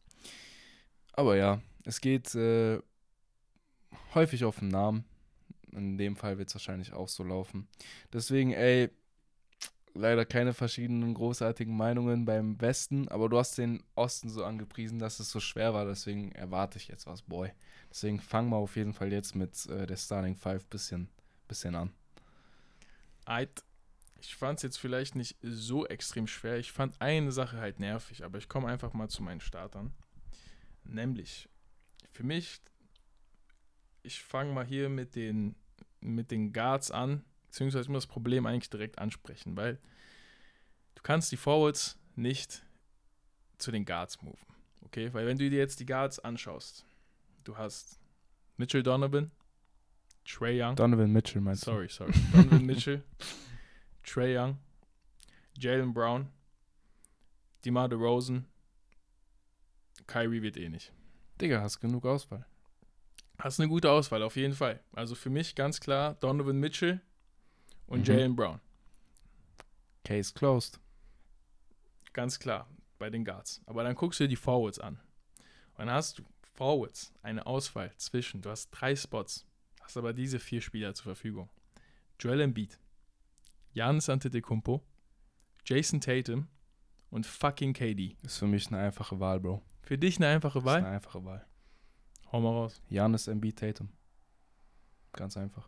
Aber ja, es geht äh, häufig auf den Namen. In dem Fall wird es wahrscheinlich auch so laufen. Deswegen, ey, leider keine verschiedenen großartigen Meinungen beim Westen, aber du hast den Osten so angepriesen, dass es so schwer war, deswegen erwarte ich jetzt was, Boy. Deswegen fangen wir auf jeden Fall jetzt mit äh, der Starting Five bisschen, bisschen an. Ich fand es jetzt vielleicht nicht so extrem schwer. Ich fand eine Sache halt nervig, aber ich komme einfach mal zu meinen Startern. Nämlich, für mich, ich fange mal hier mit den, mit den Guards an, beziehungsweise ich muss das Problem eigentlich direkt ansprechen, weil du kannst die Forwards nicht zu den Guards moven, okay? Weil wenn du dir jetzt die Guards anschaust, du hast Mitchell Donovan, Trae Young. Donovan Mitchell meinst sorry, du? Sorry, sorry. Donovan Mitchell, Trae Young, Jaylen Brown, DeMar DeRozan, Kyrie wird eh nicht. Digga, hast genug Auswahl. Hast eine gute Auswahl, auf jeden Fall. Also für mich ganz klar Donovan Mitchell und Mhm. Jaylen Brown. Case closed. Ganz klar, bei den Guards. Aber dann guckst du dir die Forwards an. Und dann hast du Forwards, eine Auswahl zwischen, du hast drei Spots, hast aber diese vier Spieler zur Verfügung. Joel Embiid, Giannis Antetokounmpo, Jason Tatum und fucking K D. Ist für mich eine einfache Wahl, Bro. Für dich eine einfache Das ist Wahl? eine einfache Wahl. Hau mal raus. Giannis, Embiid, Tatum. Ganz einfach.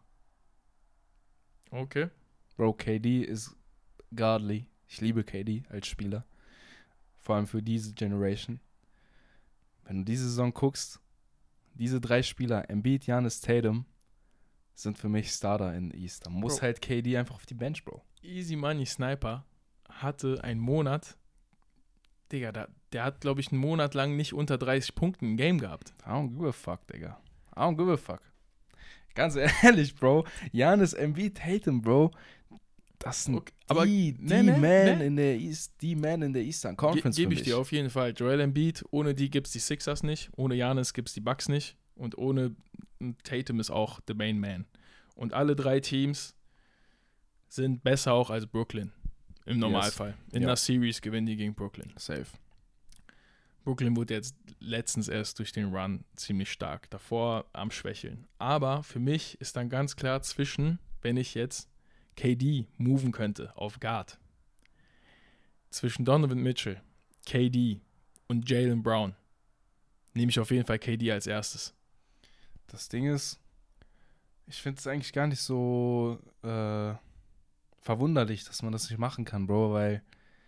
Okay. Bro, K D ist godly. Ich liebe K D als Spieler. Vor allem für diese Generation. Wenn du diese Saison guckst, diese drei Spieler, Embiid, Giannis, Tatum, sind für mich Starter in East. Da muss Bro. halt K D einfach auf die Bench, Bro. Easy Money Sniper hatte einen Monat, Digga, da, der hat, glaube ich, einen Monat lang nicht unter dreißig Punkten im Game gehabt. I don't give a fuck, Digga. I don't give a fuck. Ganz ehrlich, Bro. Giannis, Embiid, Tatum, Bro. Das sind Okay, aber die, nee, die nee, Man nee. in der East, die Man in der Eastern Ge Conference Gebe für ich mich. dir auf jeden Fall. Joel Embiid, ohne die gibt es die Sixers nicht. Ohne Giannis gibt es die Bucks nicht. Und ohne Tatum ist auch the main man. Und alle drei Teams sind besser auch als Brooklyn. Im Normalfall. In Ja. der Series gewinnen die gegen Brooklyn. Safe. Brooklyn wurde jetzt letztens erst durch den Run ziemlich stark. Davor am Schwächeln. Aber für mich ist dann ganz klar zwischen, wenn ich jetzt K D moven könnte auf Guard, zwischen Donovan Mitchell, K D und Jaylen Brown, nehme ich auf jeden Fall K D als erstes. Das Ding ist, ich finde es eigentlich gar nicht so äh, verwunderlich, dass man das nicht machen kann, Bro, weil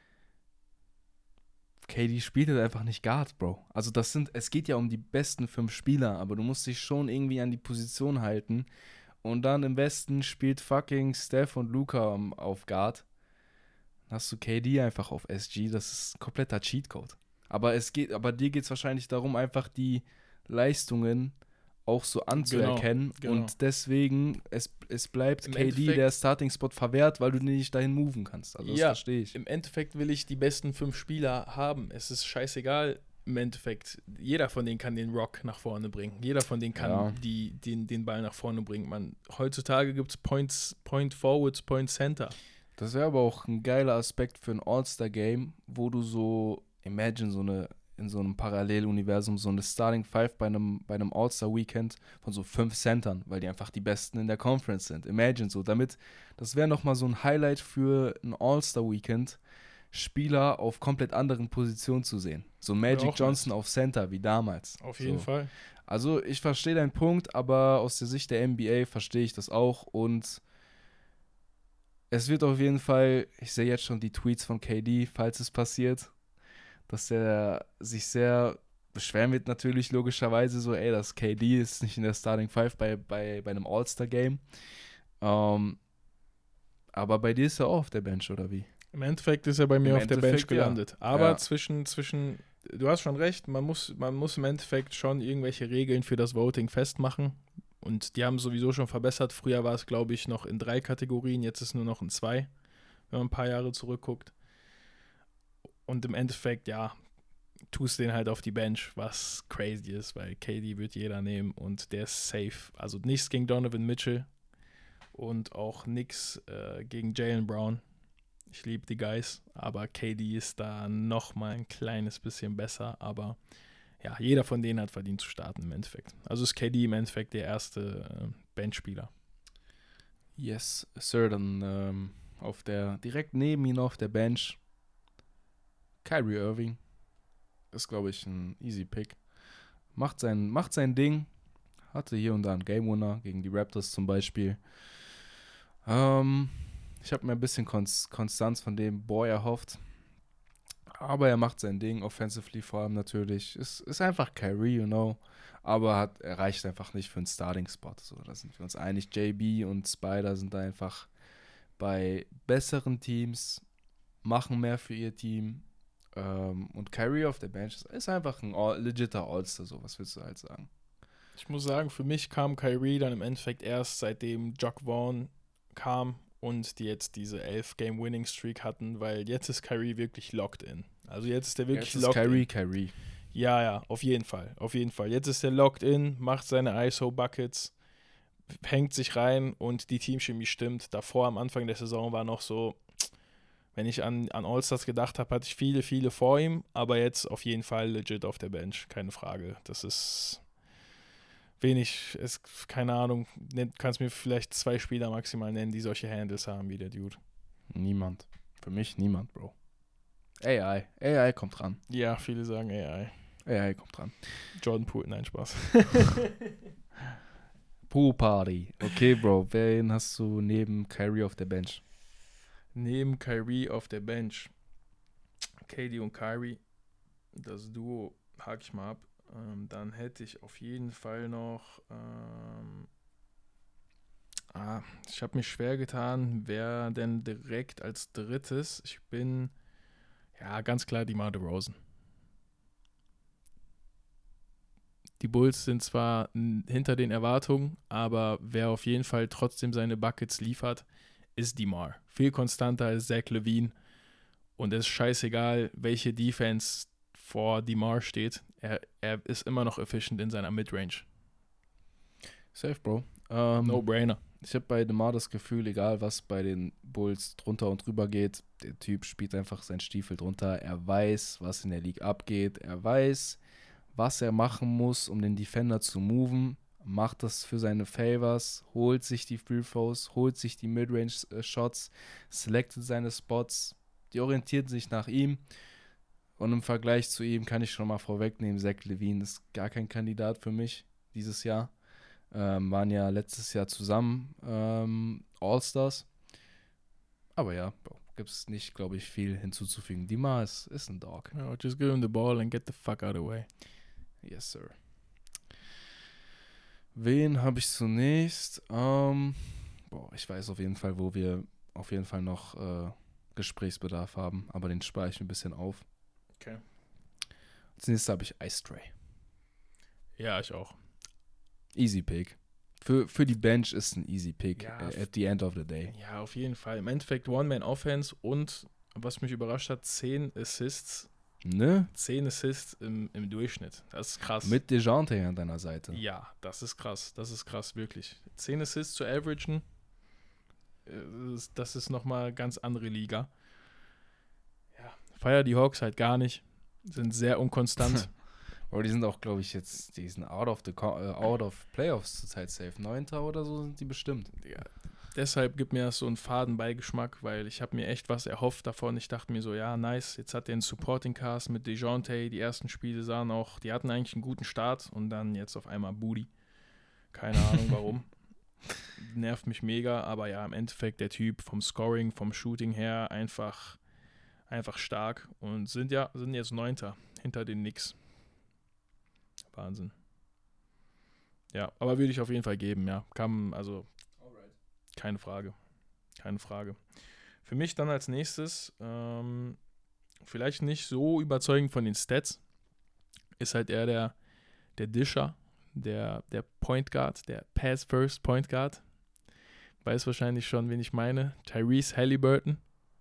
K D spielt halt einfach nicht Guard, Bro. Also das sind, es geht ja um die besten fünf Spieler, aber du musst dich schon irgendwie an die Position halten. Und dann im Westen spielt fucking Steph und Luka um, auf Guard. Dann hast du K D einfach auf S G, das ist ein kompletter Cheatcode. Aber es geht, aber dir geht es wahrscheinlich darum, einfach die Leistungen auch so anzuerkennen. genau. Und deswegen, es, es bleibt Im K D Endeffekt- der Starting-Spot verwehrt, weil du den nicht dahin moven kannst. Also das Ja. verstehe ich. Im Endeffekt will ich die besten fünf Spieler haben. Es ist scheißegal. Im Endeffekt, jeder von denen kann den Rock nach vorne bringen. Jeder von denen kann Ja. die, den, den Ball nach vorne bringen. Man, heutzutage gibt es Points, Point Forwards, Point Center. Das wäre aber auch ein geiler Aspekt für ein All-Star-Game, wo du so, imagine so eine, in so einem Paralleluniversum, so eine Starting Five bei einem, bei einem All-Star-Weekend von so fünf Centern, weil die einfach die Besten in der Conference sind. Imagine so, damit, das wäre nochmal so ein Highlight für ein All-Star-Weekend, Spieler auf komplett anderen Positionen zu sehen. So Magic auch Johnson auf Center, wie damals. Auf jeden so. Fall. Also ich verstehe deinen Punkt, aber aus der Sicht der N B A verstehe ich das auch und es wird auf jeden Fall, ich sehe jetzt schon die Tweets von K D, falls es passiert, dass er sich sehr beschweren wird natürlich logischerweise so, ey, das K D ist nicht in der Starting Five bei, bei, bei einem All-Star-Game. Ähm, aber bei dir ist er auch auf der Bench, oder wie? Im Endeffekt ist er bei mir Im auf der Bench Endeffekt, ja. gelandet. Aber Ja. zwischen, zwischen, du hast schon recht, man muss, man muss im Endeffekt schon irgendwelche Regeln für das Voting festmachen. Und die haben sowieso schon verbessert. Früher war es, glaube ich, noch in drei Kategorien, jetzt ist es nur noch in zwei, wenn man ein paar Jahre zurückguckt. Und im Endeffekt, ja, tust den halt auf die Bench, was crazy ist, weil K D wird jeder nehmen und der ist safe. Also nichts gegen Donovan Mitchell und auch nichts äh, gegen Jaylen Brown. Ich liebe die Guys, aber K D ist da noch mal ein kleines bisschen besser, aber ja, jeder von denen hat verdient zu starten im Endeffekt. Also ist K D im Endeffekt der erste äh, Benchspieler. Yes, Sir, dann ähm, auf der, direkt neben ihm auf der Bench Kyrie Irving. Ist, glaube ich, ein easy Pick. Macht sein, macht sein Ding. Hatte hier und da einen Game Winner gegen die Raptors zum Beispiel. Ähm, ich habe mir ein bisschen Konst- Konstanz von dem Boy erhofft. Aber er macht sein Ding, offensively vor allem natürlich. Ist, ist einfach Kyrie, you know. Aber hat, er reicht einfach nicht für einen Starting-Spot. So, da sind wir uns einig. J B und Spider sind da einfach bei besseren Teams, machen mehr für ihr Team. Ähm, und Kyrie auf der Bench ist, ist einfach ein all, legiter All-Star, so, was willst du halt sagen? Ich muss sagen, für mich kam Kyrie dann im Endeffekt erst, seitdem Jock Vaughn kam und die jetzt diese elf Game Winning Streak hatten, weil jetzt ist Kyrie wirklich locked in. Also jetzt ist der wirklich Jetzt ist locked Kyrie, in. Kyrie. Ja, ja, auf jeden Fall, auf jeden Fall. Jetzt ist der locked in, macht seine I S O-Buckets, hängt sich rein und die Teamchemie stimmt. Davor am Anfang der Saison war noch so, wenn ich an, an All-Stars gedacht habe, hatte ich viele, viele vor ihm, aber jetzt auf jeden Fall legit auf der Bench, keine Frage. Das ist wenig, ist, keine Ahnung, nenn, kannst mir vielleicht zwei Spieler maximal nennen, die solche Handles haben wie der Dude. Niemand. Für mich niemand, Bro. A I. A I kommt ran. Ja, viele sagen A I. Ja, er kommt dran. Jordan Poole, nein, Spaß. Pool Party. Okay, Bro, wen hast du neben Kyrie auf der Bench? Neben Kyrie auf der Bench. K D und Kyrie, das Duo hake ich mal ab. Ähm, dann hätte ich auf jeden Fall noch ähm, ah, ich habe mich schwer getan, wer denn direkt als drittes. Ich bin ja ganz klar DeMar DeRozan. Die Bulls sind zwar n- hinter den Erwartungen, aber wer auf jeden Fall trotzdem seine Buckets liefert, ist DeMar. Viel konstanter als Zach LaVine. Und es ist scheißegal, welche Defense vor DeMar steht. Er, er ist immer noch efficient in seiner Midrange. Safe, Bro. Ähm, No-brainer. Ich habe bei DeMar das Gefühl, egal was bei den Bulls drunter und drüber geht, der Typ spielt einfach seinen Stiefel drunter. Er weiß, was in der League abgeht. Er weiß, was er machen muss, um den Defender zu moven. Macht das für seine Favors, holt sich die Free Throws, holt sich die Midrange-Shots, selectet seine Spots. Die orientieren sich nach ihm. Und im Vergleich zu ihm kann ich schon mal vorwegnehmen, Zach LaVine ist gar kein Kandidat für mich dieses Jahr. Ähm, waren ja letztes Jahr zusammen ähm, All-Stars. Aber ja, gibt es nicht, glaube ich, viel hinzuzufügen. DeMar ist, ist ein Dog. No, just give him the ball and get the fuck out of the way. Yes, sir. Wen habe ich zunächst? Ähm, boah, ich weiß auf jeden Fall, wo wir auf jeden Fall noch äh, Gesprächsbedarf haben, aber den spare ich ein bisschen auf. Okay. Als nächstes habe ich Ice Tray. Ja, ich auch. Easy Pick. Für, für die Bench ist ein Easy Pick Ja, äh, at the end of the day. Ja, auf jeden Fall. Im Endeffekt One-Man-Offense und, was mich überrascht hat, zehn Assists. Ne? zehn Assists im, im Durchschnitt. Das ist krass. Mit DeJounte an deiner Seite. Ja, das ist krass. Das ist krass, wirklich. zehn Assists zu averagen, äh, ist- das ist nochmal eine ganz andere Liga. Ja, feier die Hawks halt gar nicht. Sind sehr unkonstant. Aber die sind auch, glaube ich, jetzt, die sind out of the co- äh, out of Playoffs zurzeit safe. Neunter oder so sind die bestimmt. Ja, deshalb gibt mir das so einen faden Beigeschmack, weil ich habe mir echt was erhofft davon. Ich dachte mir so, ja, nice, jetzt hat er einen Supporting Cast mit DeJounte. Die ersten Spiele sahen auch, die hatten eigentlich einen guten Start und dann jetzt auf einmal Booty. Keine Ahnung warum. Nervt mich mega, aber ja, im Endeffekt der Typ vom Scoring, vom Shooting her einfach, einfach stark und sind ja, sind jetzt Neunter hinter den Knicks. Wahnsinn. Ja, aber würde ich auf jeden Fall geben, ja. Kann, also keine Frage. Keine Frage. Für mich dann als nächstes, ähm, vielleicht nicht so überzeugend von den Stats, ist halt eher der, der Disher, der, der Point Guard, der Pass-First Point Guard. Weiß wahrscheinlich schon, wen ich meine. Tyrese Halliburton.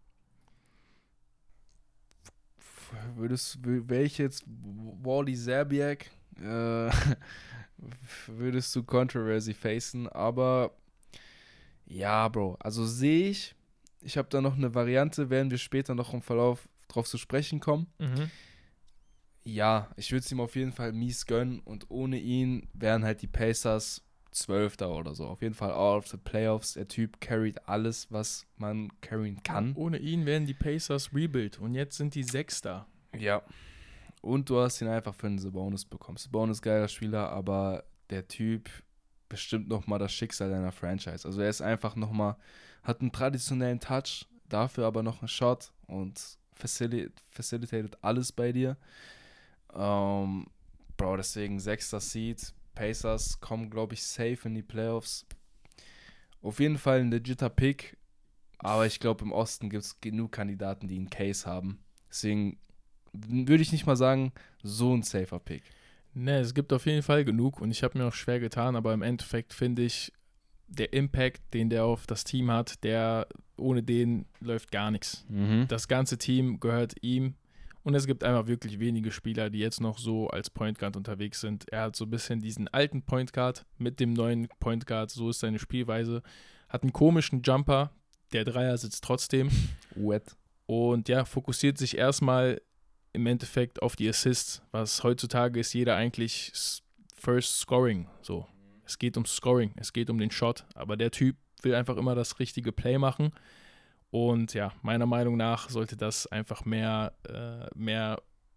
Würdest, wäre ich jetzt Wally Zerbiak, äh, würdest du Controversy facen, aber ja, Bro, also sehe ich, ich habe da noch eine Variante, werden wir später noch im Verlauf drauf zu sprechen kommen. Mhm. Ja, ich würde es ihm auf jeden Fall mies gönnen und ohne ihn wären halt die Pacers Zwölfter oder so. Auf jeden Fall out of the Playoffs. Der Typ carried alles, was man carryen kann. Ohne ihn wären die Pacers Rebuild und jetzt sind die Sechster. Ja. Und du hast ihn einfach für einen Sabonis bekommen. Sabonis geiler Spieler, aber der Typ bestimmt nochmal das Schicksal deiner Franchise. Also er ist einfach nochmal, hat einen traditionellen Touch, dafür aber noch einen Shot und facil- facilitated alles bei dir. Ähm, Bro, deswegen sechster Seed. Pacers kommen, glaube ich, safe in die Playoffs. Auf jeden Fall ein legitter Pick, aber ich glaube, im Osten gibt es genug Kandidaten, die einen Case haben. Deswegen würde ich nicht mal sagen, so ein safer Pick. Ne, es gibt auf jeden Fall genug und ich habe mir auch schwer getan, aber im Endeffekt finde ich, der Impact, den der auf das Team hat, der ohne den läuft gar nichts. Mhm. Das ganze Team gehört ihm und es gibt einfach wirklich wenige Spieler, die jetzt noch so als Point Guard unterwegs sind. Er hat so ein bisschen diesen alten Point Guard mit dem neuen Point Guard, so ist seine Spielweise. Hat einen komischen Jumper, der Dreier sitzt trotzdem. Wet. Und ja, fokussiert sich erstmal im Endeffekt auf die Assists, was heutzutage ist jeder eigentlich s- First Scoring, so. Es geht um Scoring, es geht um den Shot, aber der Typ will einfach immer das richtige Play machen und ja, meiner Meinung nach sollte das einfach mehr, äh, mehr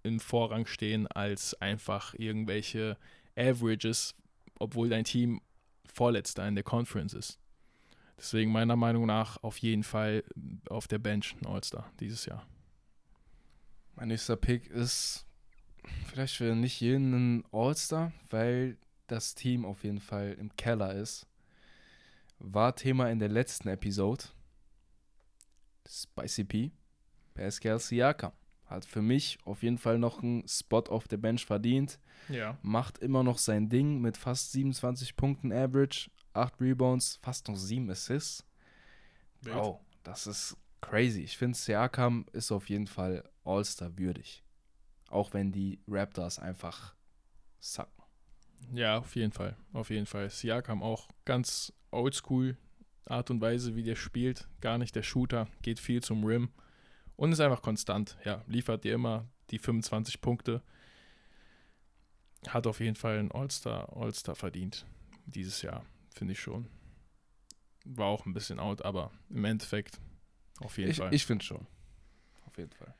im Vorrang stehen als einfach irgendwelche Averages, obwohl dein Team Vorletzter in der Conference ist. Deswegen meiner Meinung nach auf jeden Fall auf der Bench ein All-Star dieses Jahr. Mein nächster Pick ist vielleicht für nicht jeden ein All-Star, weil das Team auf jeden Fall im Keller ist. War Thema in der letzten Episode. Spicy P. Pascal Siakam hat für mich auf jeden Fall noch einen Spot auf der Bench verdient. Ja. Macht immer noch sein Ding mit fast siebenundzwanzig Punkten Average, acht Rebounds, fast noch sieben Assists. Wild. Wow, das ist crazy. Ich finde, Siakam ist auf jeden Fall All-Star würdig. Auch wenn die Raptors einfach sacken. Ja, auf jeden Fall. Auf jeden Fall. Siakam auch ganz oldschool Art und Weise, wie der spielt. Gar nicht der Shooter, geht viel zum Rim und ist einfach konstant. Ja, liefert dir immer die fünfundzwanzig Punkte. Hat auf jeden Fall einen All-Star, All-Star verdient dieses Jahr, finde ich schon. War auch ein bisschen out, aber im Endeffekt auf jeden Ich, Fall. ich finde schon. Auf jeden Fall.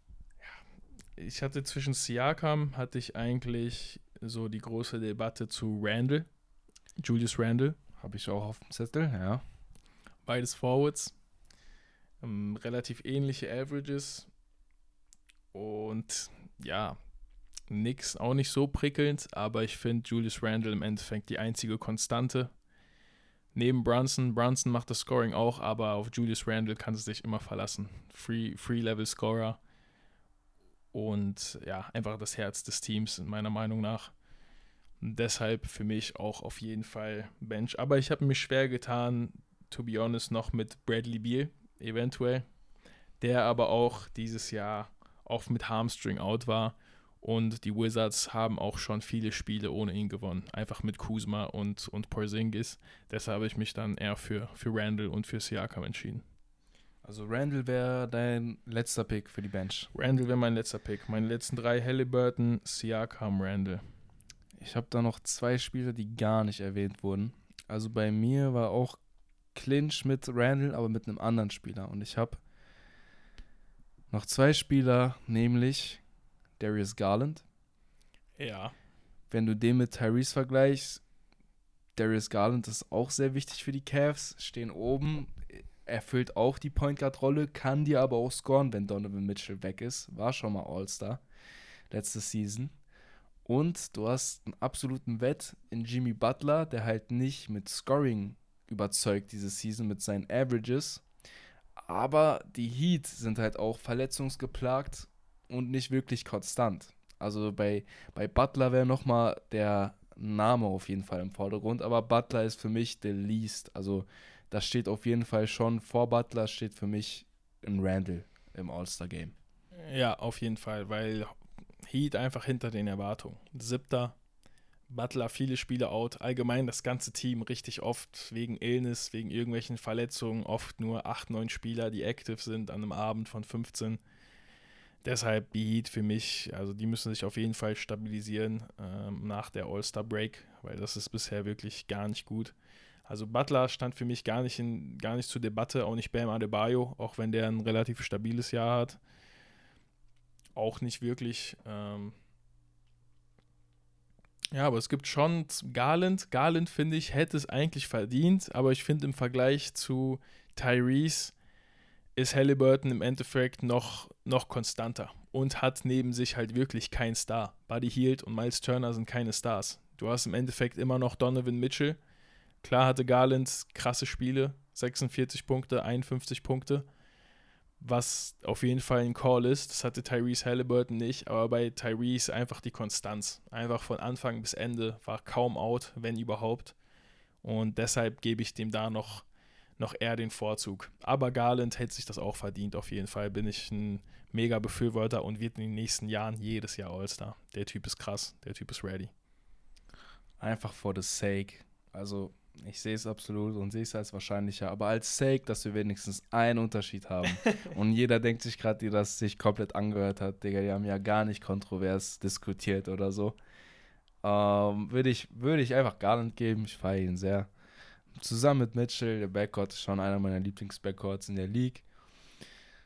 Ich hatte zwischen Siakam, hatte ich eigentlich so die große Debatte zu Randle, Julius Randle. Habe ich auch auf dem Zettel, ja. Beides Forwards. Ähm, relativ ähnliche Averages. Und ja, nix, auch nicht so prickelnd, aber ich finde Julius Randle im Endeffekt die einzige Konstante. Neben Brunson, Brunson macht das Scoring auch, aber auf Julius Randle kannst du dich immer verlassen. Free, Free-Level-Scorer. Und ja, einfach das Herz des Teams, meiner Meinung nach. Und deshalb für mich auch auf jeden Fall Bench. Aber ich habe mich schwer getan, to be honest, noch mit Bradley Beal, eventuell. Der aber auch dieses Jahr oft mit Hamstring out war. Und die Wizards haben auch schon viele Spiele ohne ihn gewonnen. Einfach mit Kuzma und, und Porzingis. Deshalb habe ich mich dann eher für, für Randle und für Siakam entschieden. Also Randle wäre dein letzter Pick für die Bench. Randle wäre mein letzter Pick. Meine letzten drei: Halliburton, Siakam, Randle. Ich habe da noch zwei Spieler, die gar nicht erwähnt wurden. Also bei mir war auch Clinch mit Randle, aber mit einem anderen Spieler. Und ich habe noch zwei Spieler, nämlich Darius Garland. Ja. Wenn du den mit Tyrese vergleichst, Darius Garland ist auch sehr wichtig für die Cavs, stehen oben, erfüllt auch die Point Guard Rolle, kann dir aber auch scoren, wenn Donovan Mitchell weg ist, war schon mal All-Star letzte Season. Und du hast einen absoluten Wett in Jimmy Butler, der halt nicht mit Scoring überzeugt diese Season mit seinen Averages, aber die Heat sind halt auch verletzungsgeplagt und nicht wirklich konstant. Also bei, bei Butler wäre nochmal der Name auf jeden Fall im Vordergrund, aber Butler ist für mich der least. Also das steht auf jeden Fall schon vor Butler, steht für mich ein Randle im All-Star-Game. Ja, auf jeden Fall, weil Heat einfach hinter den Erwartungen. Siebter, Butler viele Spiele out, allgemein das ganze Team richtig oft wegen Illness, wegen irgendwelchen Verletzungen, oft nur acht, neun Spieler, die active sind an einem Abend von fünfzehn. Deshalb die Heat für mich, also die müssen sich auf jeden Fall stabilisieren ähm, nach der All-Star-Break, weil das ist bisher wirklich gar nicht gut. Also Butler stand für mich gar nicht, in, gar nicht zur Debatte, auch nicht Bam Adebayo, auch wenn der ein relativ stabiles Jahr hat. Auch nicht wirklich. Ähm ja, aber es gibt schon Garland. Garland, finde ich, hätte es eigentlich verdient, aber ich finde im Vergleich zu Tyrese ist Halliburton im Endeffekt noch, noch konstanter und hat neben sich halt wirklich keinen Star. Buddy Hield und Miles Turner sind keine Stars. Du hast im Endeffekt immer noch Donovan Mitchell. Klar hatte Garland krasse Spiele, sechsundvierzig Punkte, einundfünfzig Punkte, was auf jeden Fall ein Call ist. Das hatte Tyrese Halliburton nicht, aber bei Tyrese einfach die Konstanz. Einfach von Anfang bis Ende war kaum out, wenn überhaupt. Und deshalb gebe ich dem da noch, noch eher den Vorzug. Aber Garland hätte sich das auch verdient, auf jeden Fall. Bin ich ein mega Befürworter und wird in den nächsten Jahren jedes Jahr All-Star. Der Typ ist krass, der Typ ist ready. Einfach for the sake. Also ich sehe es absolut und sehe es als wahrscheinlicher, aber als Sake, dass wir wenigstens einen Unterschied haben. Und jeder denkt sich gerade, die das sich komplett angehört hat, Digga, die haben ja gar nicht kontrovers diskutiert oder so. Ähm, würde ich, würde ich einfach Garland geben, ich feiere ihn sehr. Zusammen mit Mitchell, der Backcourt ist schon einer meiner Lieblings-Backcourts in der League.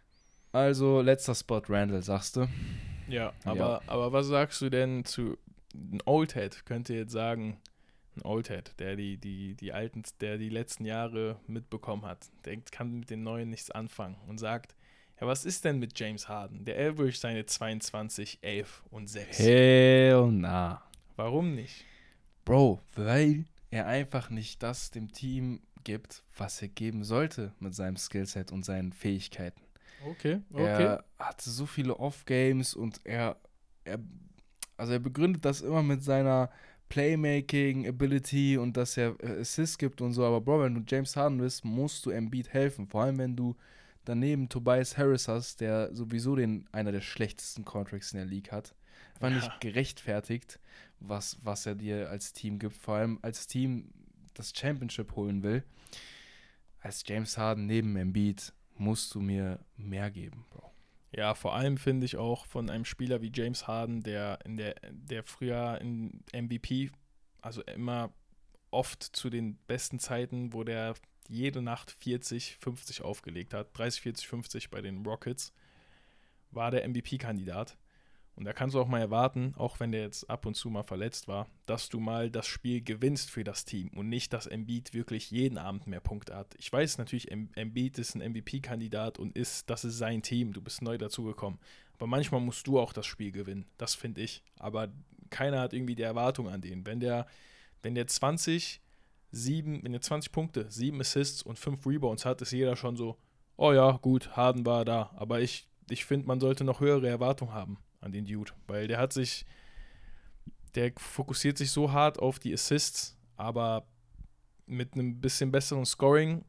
Also, letzter Spot, Randall, sagst du? Ja, aber, aber was sagst du denn zu ein Oldhead, könnte jetzt sagen, ein Oldhead, der die, die, die alten, der die letzten Jahre mitbekommen hat, der kann mit den neuen nichts anfangen und sagt, ja, was ist denn mit James Harden? Der average seine zweiundzwanzig, elf und sechs. Hell nah. Warum nicht? Bro, weil er einfach nicht das dem Team gibt, was er geben sollte mit seinem Skillset und seinen Fähigkeiten. Okay, okay. Er hatte so viele Off-Games und er, er, also er begründet das immer mit seiner Playmaking-Ability und dass er Assists gibt und so. Aber Bro, wenn du James Harden bist, musst du Embiid helfen. Vor allem, wenn du daneben Tobias Harris hast, der sowieso den, einer der schlechtesten Contracts in der League hat. War Ja. nicht gerechtfertigt, was, was er dir als Team gibt. Vor allem als Team das Championship holen will. Als James Harden neben Embiid musst du mir mehr geben, Bro. Ja, vor allem finde ich auch von einem Spieler wie James Harden, der in der, der früher in M V P, also immer oft zu den besten Zeiten, wo der jede Nacht vierzig, fünfzig aufgelegt hat, dreißig, vierzig, fünfzig bei den Rockets, war der M V P-Kandidat. Und da kannst du auch mal erwarten, auch wenn der jetzt ab und zu mal verletzt war, dass du mal das Spiel gewinnst für das Team und nicht, dass Embiid wirklich jeden Abend mehr Punkte hat. Ich weiß natürlich, Embiid ist ein M V P-Kandidat und ist, das ist sein Team, du bist neu dazugekommen. Aber manchmal musst du auch das Spiel gewinnen, das finde ich. Aber keiner hat irgendwie die Erwartung an den. Wenn der, wenn der zwanzig, sieben, wenn der zwanzig Punkte, sieben Assists und fünf Rebounds hat, ist jeder schon so, oh ja, gut, Harden war da. Aber ich, ich finde, man sollte noch höhere Erwartungen haben an den Dude, weil der hat sich, der fokussiert sich so hart auf die Assists, aber mit einem bisschen besseren Scoring,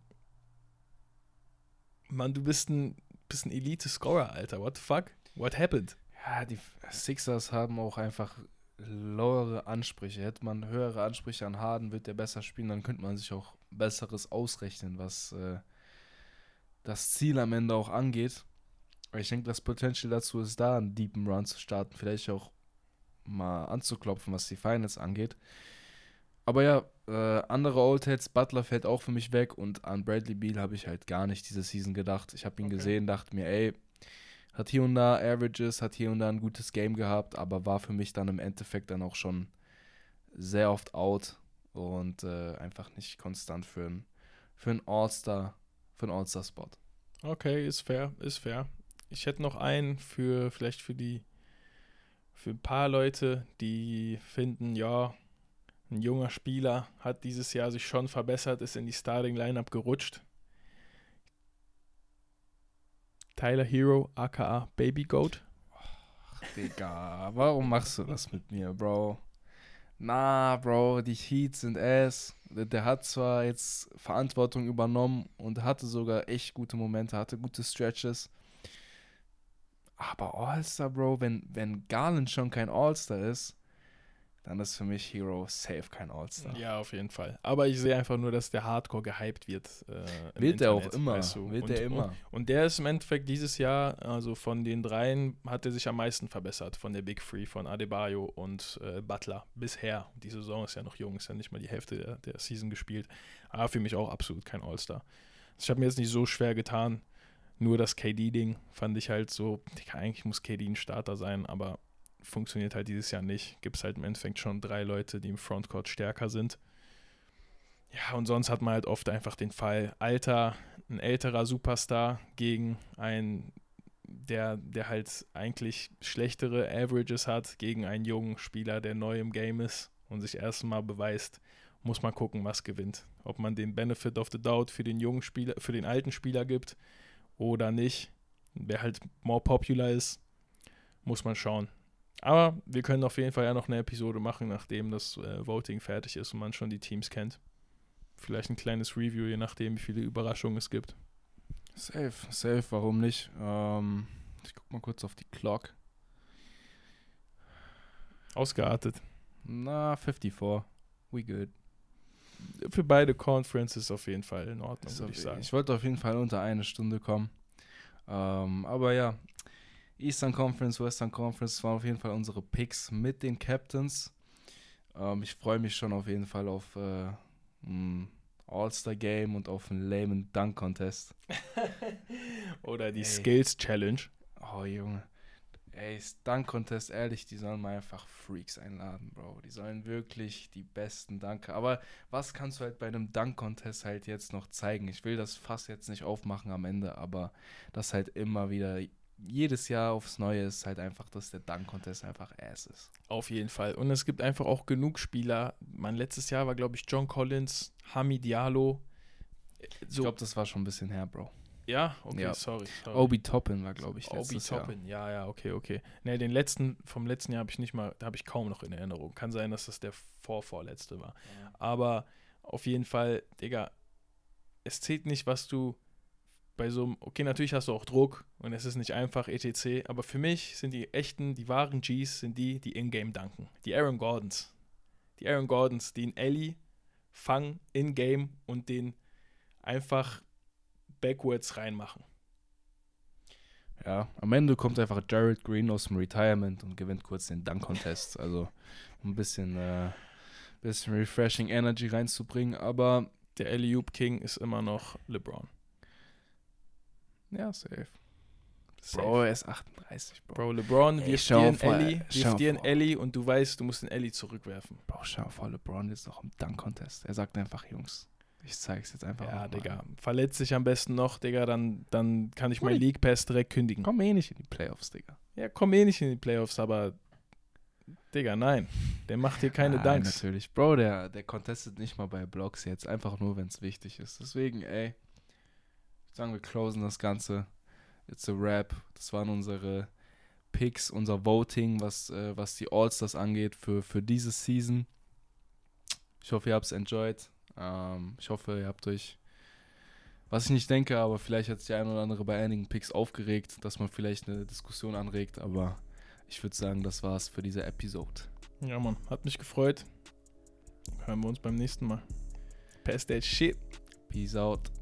Mann, du bist ein, bist ein Elite-Scorer, Alter, what the fuck? What happened? Ja, die Sixers haben auch einfach lowere Ansprüche. Hätte man höhere Ansprüche an Harden, wird der besser spielen, dann könnte man sich auch Besseres ausrechnen, was äh, das Ziel am Ende auch angeht. Ich denke, das Potential dazu ist da, einen deepen Run zu starten, vielleicht auch mal anzuklopfen, was die Finals angeht. Aber ja, äh, andere Oldheads, Butler fällt auch für mich weg und an Bradley Beal habe ich halt gar nicht diese Season gedacht. Ich habe ihn Okay. gesehen, dachte mir, ey, hat hier und da Averages, hat hier und da ein gutes Game gehabt, aber war für mich dann im Endeffekt dann auch schon sehr oft out und äh, einfach nicht konstant für einen für einen All-Star, für einen All-Star-Spot. Okay, ist fair, ist fair. Ich hätte noch einen für, vielleicht für die, für ein paar Leute, die finden, ja, ein junger Spieler hat dieses Jahr sich schon verbessert, ist in die Starting-Lineup gerutscht. Tyler Hero, aka Baby Goat. Digga, warum machst du das mit mir, Bro? Na, Bro, die Heats sind ass. Der, der hat zwar jetzt Verantwortung übernommen und hatte sogar echt gute Momente, hatte gute Stretches. Aber All-Star, Bro, wenn, wenn Garland schon kein All-Star ist, dann ist für mich Hero safe kein All-Star. Ja, auf jeden Fall. Aber ich sehe einfach nur, dass der Hardcore gehypt wird. Äh, im Wird er auch Internet, immer. weißt du. Wird und, er immer. Und, und der ist im Endeffekt dieses Jahr, also von den dreien, hat er sich am meisten verbessert. Von der Big Three, von Adebayo und äh, Butler bisher. Die Saison ist ja noch jung, ist ja nicht mal die Hälfte der, der Season gespielt. Aber für mich auch absolut kein All-Star. Ich habe mir jetzt nicht so schwer getan. Nur das K D-Ding fand ich halt so, eigentlich muss K D ein Starter sein, aber funktioniert halt dieses Jahr nicht. Gibt es halt im Endeffekt schon drei Leute, die im Frontcourt stärker sind. Ja, und sonst hat man halt oft einfach den Fall, Alter, ein älterer Superstar gegen einen, der, der halt eigentlich schlechtere Averages hat, gegen einen jungen Spieler, der neu im Game ist und sich erstmal beweist, muss man gucken, was gewinnt. Ob man den Benefit of the Doubt für den jungen Spieler, für den alten Spieler gibt oder nicht. Wer halt more popular ist, muss man schauen. Aber wir können auf jeden Fall ja noch eine Episode machen, nachdem das äh, Voting fertig ist und man schon die Teams kennt. Vielleicht ein kleines Review, je nachdem, wie viele Überraschungen es gibt. Safe, safe, warum nicht? Ähm, ich guck mal kurz auf die Clock. Ausgeartet. Na, vierundfünfzig. We good. Für beide Conferences auf jeden Fall in Ordnung, Ist würde auf- ich sagen. Ich wollte auf jeden Fall unter eine Stunde kommen. Ähm, aber ja, Eastern Conference, Western Conference waren auf jeden Fall unsere Picks mit den Captains. Ähm, ich freue mich schon auf jeden Fall auf äh, ein All-Star-Game und auf einen lamen Dunk-Contest. Oder die Ey. Skills Challenge. Oh, Junge. Ey, Dunk Contest, ehrlich, die sollen mal einfach Freaks einladen, Bro. Die sollen wirklich die besten Dunker. Aber was kannst du halt bei einem Dunk Contest halt jetzt noch zeigen? Ich will das Fass jetzt nicht aufmachen am Ende, aber das halt immer wieder, jedes Jahr aufs Neue ist halt einfach, dass der Dunk Contest einfach ass ist. Auf jeden Fall. Und es gibt einfach auch genug Spieler. Mein letztes Jahr war, glaube ich, John Collins, Hami Diallo. Ich So, glaube, das war schon ein bisschen her, Bro. ja, okay, Ja. sorry. sorry. Obi Toppin war, glaube ich, Obi letztes Jahr. Toppin, ja, ja, okay, okay. Ne, den letzten, vom letzten Jahr habe ich nicht mal, da habe ich kaum noch in Erinnerung. Kann sein, dass das der vorvorletzte war. Ja. Aber auf jeden Fall, Digga, es zählt nicht, was du bei so einem, okay, natürlich hast du auch Druck und es ist nicht einfach, et cetera. Aber für mich sind die echten, die wahren Gs, sind die, die in-game danken. Die Aaron Gordons. Die Aaron Gordons, die in Ellie fangen in-game und den einfach backwards reinmachen. Ja, am Ende kommt einfach Jared Green aus dem Retirement und gewinnt kurz den Dunk Contest. Also um ein bisschen, äh, bisschen refreshing Energy reinzubringen. Aber Der Alley-Oop King ist immer noch LeBron. ja, safe. Safe. Bro, er ist achtunddreißig, Bro. Bro, LeBron Ey, wirft schau dir ein vor, Ellie, schau wirft dir ein vor. Ellie und du weißt, du musst den Ellie zurückwerfen. Bro, schau vor, LeBron ist doch im Dunk Contest. Er sagt einfach, Jungs, ich zeig's jetzt einfach Ja, noch mal. Digga. Verletzt sich am besten noch, Digga, dann, dann kann ich mein Ui. League Pass direkt kündigen. Komm eh nicht in die Playoffs, Digga. Ja, komm eh nicht in die Playoffs, aber Digga, nein. Der macht hier keine Nein, Dunks. natürlich. Bro, der, der contestet nicht mal bei Blocks jetzt. Einfach nur, wenn es wichtig ist. Deswegen, ey, ich sagen, wir closen das Ganze. It's a wrap. Das waren unsere Picks, unser Voting, was, äh, was die All-Stars angeht für, für diese Season. Ich hoffe, ihr habt es enjoyed. Ähm, ich hoffe, ihr habt euch, was ich nicht denke, aber vielleicht hat sich der ein oder andere bei einigen Picks aufgeregt, dass man vielleicht eine Diskussion anregt. Aber ich würde sagen, das war's für diese Episode. Ja, Mann. Hat mich gefreut. Hören wir uns beim nächsten Mal. Pass that shit. Peace out.